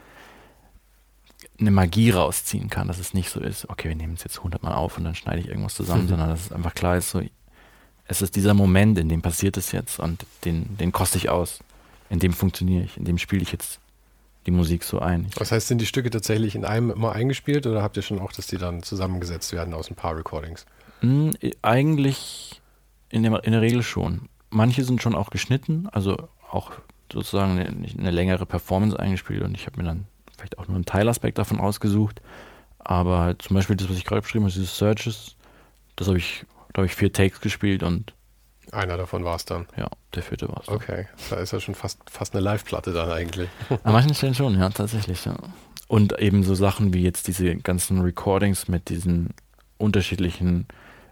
Speaker 2: eine Magie rausziehen kann, dass es nicht so ist, okay, wir nehmen es jetzt 100 Mal auf und dann schneide ich irgendwas zusammen, sondern dass es einfach klar ist, so, es ist dieser Moment, in dem passiert es jetzt und den koste ich aus, in dem funktioniere ich, in dem spiele ich jetzt die Musik so ein.
Speaker 3: Was heißt, sind die Stücke tatsächlich in einem immer eingespielt oder habt ihr schon auch, dass die dann zusammengesetzt werden aus ein paar Recordings?
Speaker 2: Eigentlich in der Regel schon. Manche sind schon auch geschnitten, also auch sozusagen eine längere Performance eingespielt und ich habe mir dann vielleicht auch nur einen Teilaspekt davon ausgesucht, aber zum Beispiel das, was ich gerade beschrieben habe, dieses Searches, da habe ich 4 Takes gespielt und
Speaker 3: einer davon war es dann?
Speaker 2: Ja, der 4. war es.
Speaker 3: Okay, da ist ja schon fast eine Live-Platte dann eigentlich.
Speaker 2: An manchen Stellen schon, ja, tatsächlich, ja. Und eben so Sachen wie jetzt diese ganzen Recordings mit diesen unterschiedlichen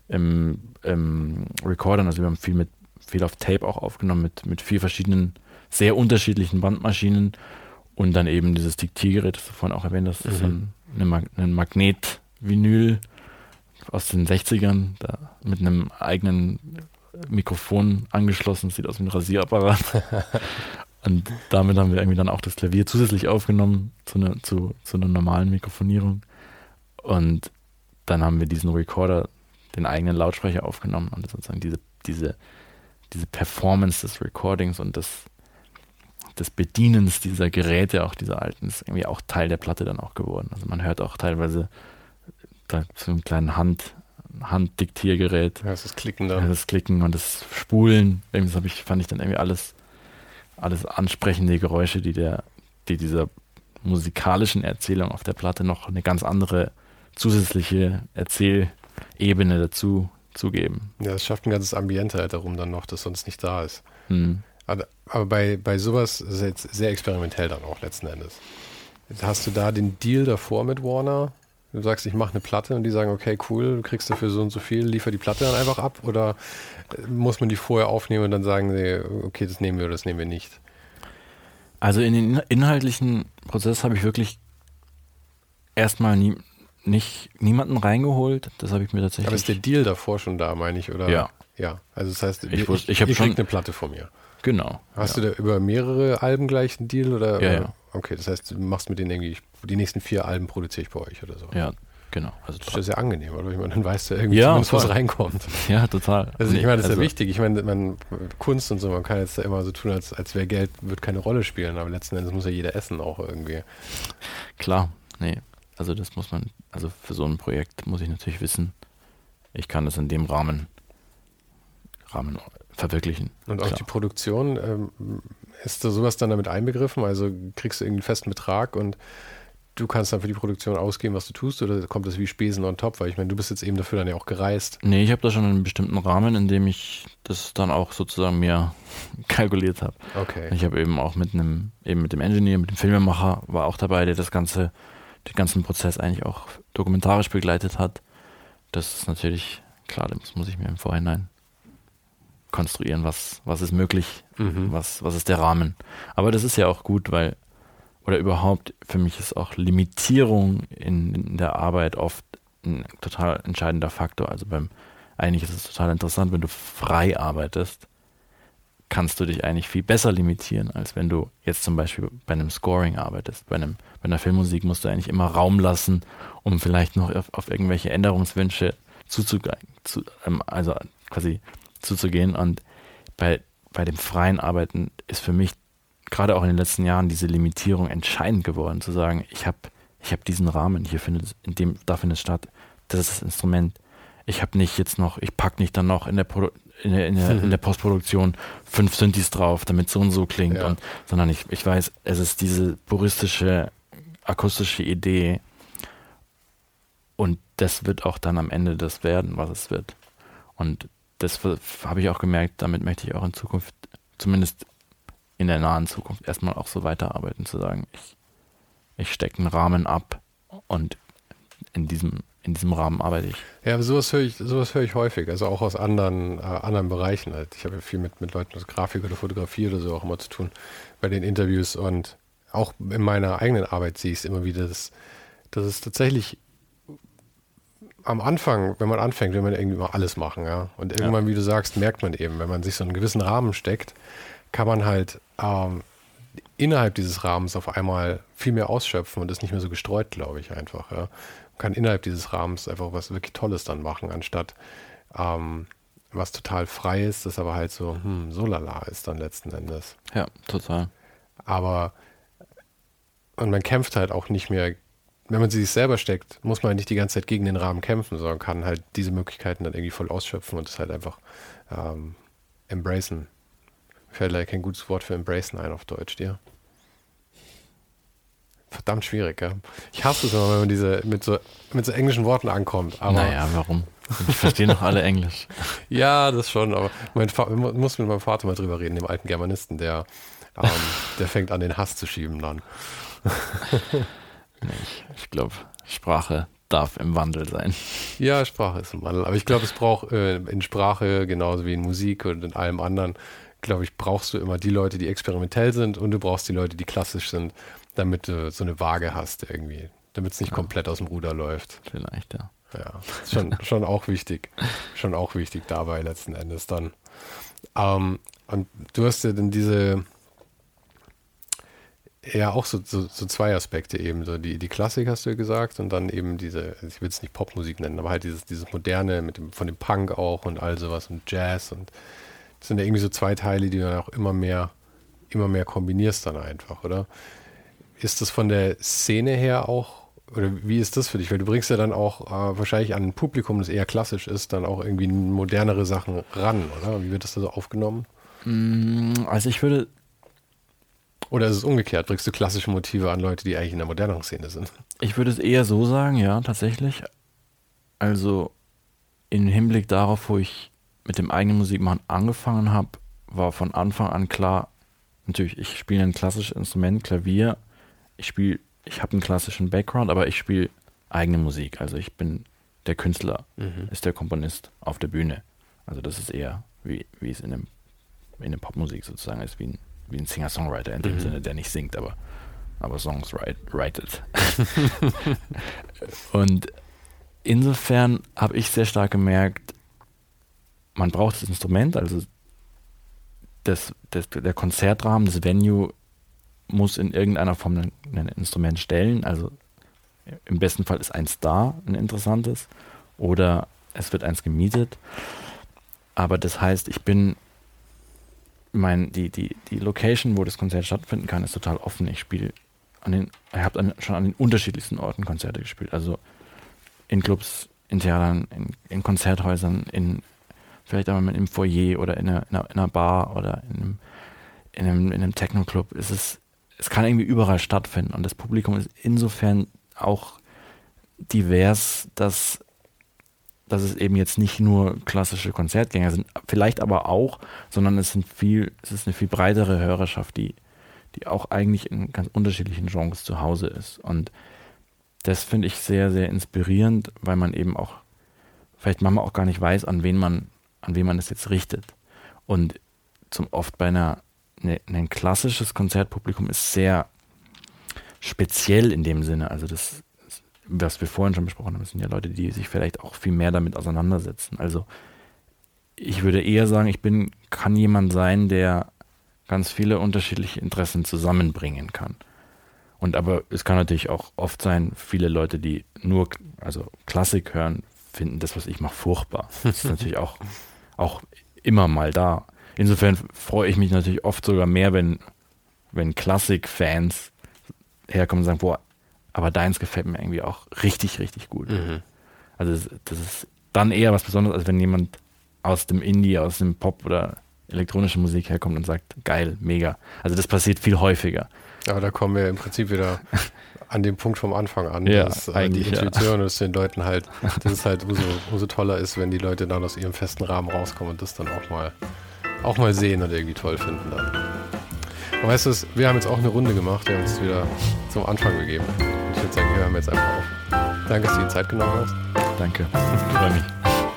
Speaker 2: Recordern, also wir haben viel auf Tape auch aufgenommen mit 4 verschiedenen, sehr unterschiedlichen Bandmaschinen und dann eben dieses Diktiergerät, das du vorhin auch erwähnt hast, das ist ein Magnet-Vinyl aus den 60ern, da mit einem eigenen Mikrofon angeschlossen, sieht aus wie ein Rasierapparat. Und damit haben wir irgendwie dann auch das Klavier zusätzlich aufgenommen zu einer normalen Mikrofonierung. Und dann haben wir diesen Recorder, den eigenen Lautsprecher aufgenommen und sozusagen diese Performance des Recordings und des Bedienens dieser Geräte, auch dieser alten, ist irgendwie auch Teil der Platte dann auch geworden. Also man hört auch teilweise da so einen kleinen Handdiktiergerät.
Speaker 3: Ja, das Klicken dann.
Speaker 2: Ja, das Klicken und das Spulen. Das fand ich dann irgendwie alles ansprechende Geräusche, die dieser musikalischen Erzählung auf der Platte noch eine ganz andere zusätzliche Erzählebene dazu zugeben.
Speaker 3: Ja, das schafft ein ganzes Ambiente halt darum dann noch, das sonst nicht da ist. Aber bei sowas ist es jetzt sehr experimentell dann auch letzten Endes. Hast du da den Deal davor mit Warner? Du sagst, ich mache eine Platte und die sagen, okay, cool, du kriegst dafür so und so viel, liefer die Platte dann einfach ab oder muss man die vorher aufnehmen und dann sagen sie, okay, das nehmen wir oder das nehmen wir nicht?
Speaker 2: Also in den inhaltlichen Prozess habe ich wirklich erstmal niemanden reingeholt, das habe ich mir tatsächlich...
Speaker 3: Aber ist der Deal davor schon da, meine ich, oder?
Speaker 2: Ja.
Speaker 3: Ja, also das heißt,
Speaker 2: ihr
Speaker 3: kriegt eine Platte von mir.
Speaker 2: Genau.
Speaker 3: Hast du da über mehrere Alben gleich einen Deal? Oder?
Speaker 2: Ja.
Speaker 3: Okay, das heißt, du machst mit denen irgendwie, die nächsten 4 Alben produziere ich bei euch oder so.
Speaker 2: Ja, genau.
Speaker 3: Also das ist ja sehr angenehm, oder? Ich meine, dann weißt du irgendwie zumindest, was reinkommt.
Speaker 2: Ja, total.
Speaker 3: Also ich meine, das ist ja wichtig. Ich meine, Kunst und so, man kann jetzt da immer so tun, als wäre Geld, wird keine Rolle spielen, aber letzten Endes muss ja jeder essen auch irgendwie.
Speaker 2: Klar, nee. Also das muss man, also für so ein Projekt muss ich natürlich wissen, ich kann das in dem Rahmen verwirklichen.
Speaker 3: Und auch die Produktion, ist da sowas dann damit einbegriffen? Also kriegst du irgendwie einen festen Betrag und du kannst dann für die Produktion ausgeben, was du tust, oder kommt das wie Spesen on top? Weil ich meine, du bist jetzt eben dafür dann ja auch gereist.
Speaker 2: Nee, ich habe da schon einen bestimmten Rahmen, in dem ich das dann auch sozusagen mir kalkuliert habe.
Speaker 3: Okay.
Speaker 2: Ich habe eben auch mit dem Engineer, mit dem Filmemacher, war auch dabei, der den ganzen Prozess eigentlich auch dokumentarisch begleitet hat. Das ist natürlich, klar, das muss ich mir im Vorhinein konstruieren, was ist möglich, was ist der Rahmen. Aber das ist ja auch gut, weil, oder überhaupt, für mich ist auch Limitierung in der Arbeit oft ein total entscheidender Faktor. Also eigentlich ist es total interessant, wenn du frei arbeitest, kannst du dich eigentlich viel besser limitieren, als wenn du jetzt zum Beispiel bei einem Scoring arbeitest. Bei einer Filmmusik musst du eigentlich immer Raum lassen, um vielleicht noch auf irgendwelche Änderungswünsche zuzugehen. Und bei dem freien Arbeiten ist für mich gerade auch in den letzten Jahren diese Limitierung entscheidend geworden, zu sagen, ich hab diesen Rahmen, da findet es statt, das ist das Instrument. Ich packe nicht dann noch in der Postproduktion 5 Synthes drauf, damit so und so klingt.
Speaker 3: Ja.
Speaker 2: Sondern ich weiß, es ist diese puristische, akustische Idee und das wird auch dann am Ende das werden, was es wird. Und das habe ich auch gemerkt, damit möchte ich auch in Zukunft, zumindest in der nahen Zukunft, erstmal auch so weiterarbeiten, zu sagen, ich stecke einen Rahmen ab und in diesem Rahmen arbeite ich.
Speaker 3: Ja, aber sowas höre ich häufig, also auch aus anderen Bereichen halt. Ich habe ja viel mit Leuten aus Grafik oder Fotografie oder so auch immer zu tun bei den Interviews und auch in meiner eigenen Arbeit sehe ich es immer wieder, dass es tatsächlich am Anfang, wenn man anfängt, will man irgendwie mal alles machen, ja. Und irgendwann, wie du sagst, merkt man eben, wenn man sich so einen gewissen Rahmen steckt, kann man halt innerhalb dieses Rahmens auf einmal viel mehr ausschöpfen und ist nicht mehr so gestreut, glaube ich, einfach, ja. Man kann innerhalb dieses Rahmens einfach was wirklich Tolles dann machen, anstatt was total frei ist, das aber halt so lala ist dann letzten Endes.
Speaker 2: Ja, total.
Speaker 3: Und man kämpft halt auch nicht mehr, wenn man sie sich selber steckt, muss man nicht die ganze Zeit gegen den Rahmen kämpfen, sondern kann halt diese Möglichkeiten dann irgendwie voll ausschöpfen und es halt einfach embracen. Mir fällt leider kein gutes Wort für embracen ein auf Deutsch, dir. Verdammt schwierig, ja. Ich hasse es immer, wenn man mit so englischen Worten ankommt. Aber
Speaker 2: naja, warum? Ich verstehe noch alle Englisch.
Speaker 3: Ja, das schon, aber ich muss mit meinem Vater mal drüber reden, dem alten Germanisten, der fängt an, den Hass zu schieben dann.
Speaker 2: Nee, ich glaube, Sprache darf im Wandel sein.
Speaker 3: Ja, Sprache ist im Wandel, aber ich glaube, es braucht in Sprache genauso wie in Musik und in allem anderen, glaube ich, brauchst du immer die Leute, die experimentell sind und du brauchst die Leute, die klassisch sind, damit du so eine Waage hast irgendwie, damit es nicht komplett aus dem Ruder läuft.
Speaker 2: Vielleicht, ja.
Speaker 3: Ja, ist schon auch wichtig. Schon auch wichtig dabei letzten Endes dann. Und du hast ja dann auch so zwei Aspekte eben. So die Klassik hast du ja gesagt und dann eben diese, ich will es nicht Popmusik nennen, aber halt dieses Moderne von dem Punk auch und all sowas und Jazz und das sind ja irgendwie so zwei Teile, die du dann auch immer mehr kombinierst dann einfach, oder? Ist das von der Szene her auch, oder wie ist das für dich? Weil du bringst ja dann auch wahrscheinlich an ein Publikum, das eher klassisch ist, dann auch irgendwie modernere Sachen ran, oder? Wie wird das da so aufgenommen?
Speaker 2: Also ich würde...
Speaker 3: Oder ist es umgekehrt? Bringst du klassische Motive an Leute, die eigentlich in der moderneren Szene sind?
Speaker 2: Ich würde es eher so sagen, ja, tatsächlich. Also im Hinblick darauf, wo ich mit dem eigenen Musikmachen angefangen habe, war von Anfang an klar, natürlich, ich spiele ein klassisches Instrument, Klavier, ich habe einen klassischen Background, aber ich spiele eigene Musik. Also ich bin der Künstler, ist der Komponist auf der Bühne. Also das ist eher, wie es in der Popmusik sozusagen ist, wie ein Singer-Songwriter in dem Sinne, der nicht singt, aber Songs writet. Und insofern habe ich sehr stark gemerkt, man braucht das Instrument, also der Konzertrahmen, das Venue muss in irgendeiner Form ein Instrument stellen, also im besten Fall ist eins da, ein interessantes, oder es wird eins gemietet, aber das heißt, die Location, wo das Konzert stattfinden kann, ist total offen. Ich habe schon an den unterschiedlichsten Orten Konzerte gespielt, also in Clubs, in Theatern, in Konzerthäusern, vielleicht auch mal im Foyer oder in einer Bar oder in einem Techno-Club. Es kann irgendwie überall stattfinden und das Publikum ist insofern auch divers, dass es eben jetzt nicht nur klassische Konzertgänger sind, vielleicht aber auch, sondern es ist eine viel breitere Hörerschaft, die auch eigentlich in ganz unterschiedlichen Genres zu Hause ist. Und das finde ich sehr, sehr inspirierend, weil man eben auch vielleicht manchmal auch gar nicht weiß, an wen man das jetzt richtet. Und oft bei ein klassisches Konzertpublikum ist sehr speziell in dem Sinne. Also das, was wir vorhin schon besprochen haben, sind ja Leute, die sich vielleicht auch viel mehr damit auseinandersetzen. Also ich würde eher sagen, kann jemand sein, der ganz viele unterschiedliche Interessen zusammenbringen kann. Aber es kann natürlich auch oft sein, viele Leute, die nur Klassik hören, finden das, was ich mache, furchtbar. Das ist natürlich auch immer mal da. Insofern freue ich mich natürlich oft sogar mehr, wenn Klassik-Fans herkommen und sagen, boah, aber deins gefällt mir irgendwie auch richtig, richtig gut. Also das ist dann eher was Besonderes, als wenn jemand aus dem Indie, aus dem Pop oder elektronische Musik herkommt und sagt, geil, mega. Also das passiert viel häufiger.
Speaker 3: Aber da kommen wir im Prinzip wieder an den Punkt vom Anfang an,
Speaker 2: Ja,
Speaker 3: dass
Speaker 2: eigentlich,
Speaker 3: die Intuition dass den Leuten halt, dass es halt umso toller ist, wenn die Leute dann aus ihrem festen Rahmen rauskommen und das dann auch mal sehen und irgendwie toll finden dann. Und weißt du, wir haben jetzt auch eine Runde gemacht, wir haben uns wieder zum Anfang gegeben. Und ich würde sagen, wir hören jetzt einfach auf. Danke, dass du die Zeit genommen hast.
Speaker 2: Danke, ich freue mich.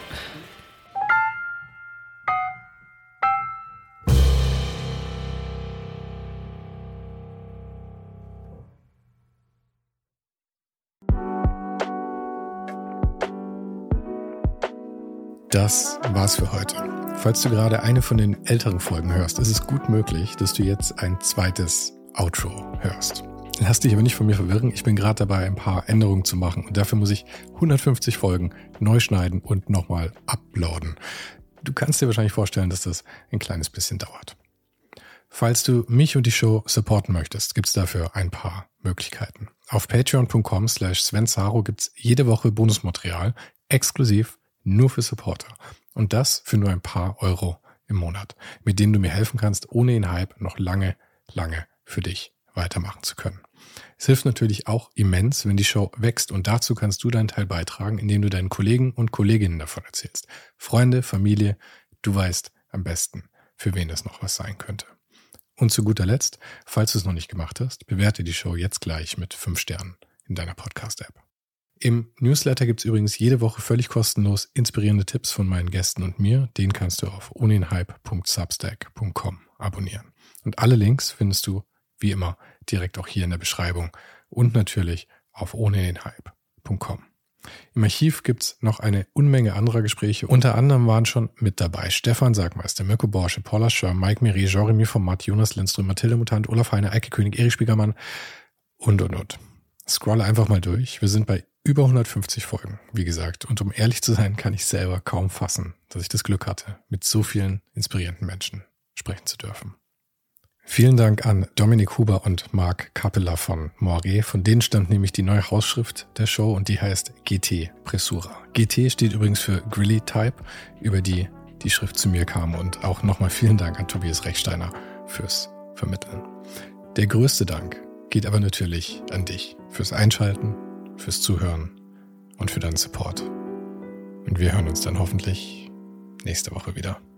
Speaker 1: Das war's für heute. Falls du gerade eine von den älteren Folgen hörst, ist es gut möglich, dass du jetzt ein zweites Outro hörst. Lass dich aber nicht von mir verwirren, ich bin gerade dabei, ein paar Änderungen zu machen und dafür muss ich 150 Folgen neu schneiden und nochmal uploaden. Du kannst dir wahrscheinlich vorstellen, dass das ein kleines bisschen dauert. Falls du mich und die Show supporten möchtest, gibt's dafür ein paar Möglichkeiten. Auf patreon.com/Sven Saro gibt's jede Woche Bonusmaterial, exklusiv nur für Supporter. Und das für nur ein paar Euro im Monat, mit denen du mir helfen kannst, ohne den Hype noch lange, lange für dich weitermachen zu können. Es hilft natürlich auch immens, wenn die Show wächst und dazu kannst du deinen Teil beitragen, indem du deinen Kollegen und Kolleginnen davon erzählst. Freunde, Familie, du weißt am besten, für wen das noch was sein könnte. Und zu guter Letzt, falls du es noch nicht gemacht hast, bewerte die Show jetzt gleich mit 5 Sternen in deiner Podcast-App. Im Newsletter gibt's übrigens jede Woche völlig kostenlos inspirierende Tipps von meinen Gästen und mir. Den kannst du auf ohnedenhype.substack.com abonnieren. Und alle Links findest du, wie immer, direkt auch hier in der Beschreibung und natürlich auf ohnedenhype.com. Im Archiv gibt's noch eine Unmenge anderer Gespräche. Unter anderem waren schon mit dabei Stefan Sagmeister, Mirko Borsche, Paula Schör, Mike Miri, Jeremy Format, Jonas Lindström, Mathilde Mutant, Olaf Heine, Eike König, Erich Spiegermann und. Scrolle einfach mal durch. Wir sind bei über 150 Folgen, wie gesagt. Und um ehrlich zu sein, kann ich selber kaum fassen, dass ich das Glück hatte, mit so vielen inspirierenden Menschen sprechen zu dürfen. Vielen Dank an Dominik Huber und Marc Capella von Moiré. Von denen stammt nämlich die neue Hausschrift der Show und die heißt GT Pressura. GT steht übrigens für Grilly Type, über die Schrift zu mir kam. Und auch nochmal vielen Dank an Tobias Rechsteiner fürs Vermitteln. Der größte Dank geht aber natürlich an dich fürs Einschalten, fürs Zuhören und für deinen Support. Und wir hören uns dann hoffentlich nächste Woche wieder.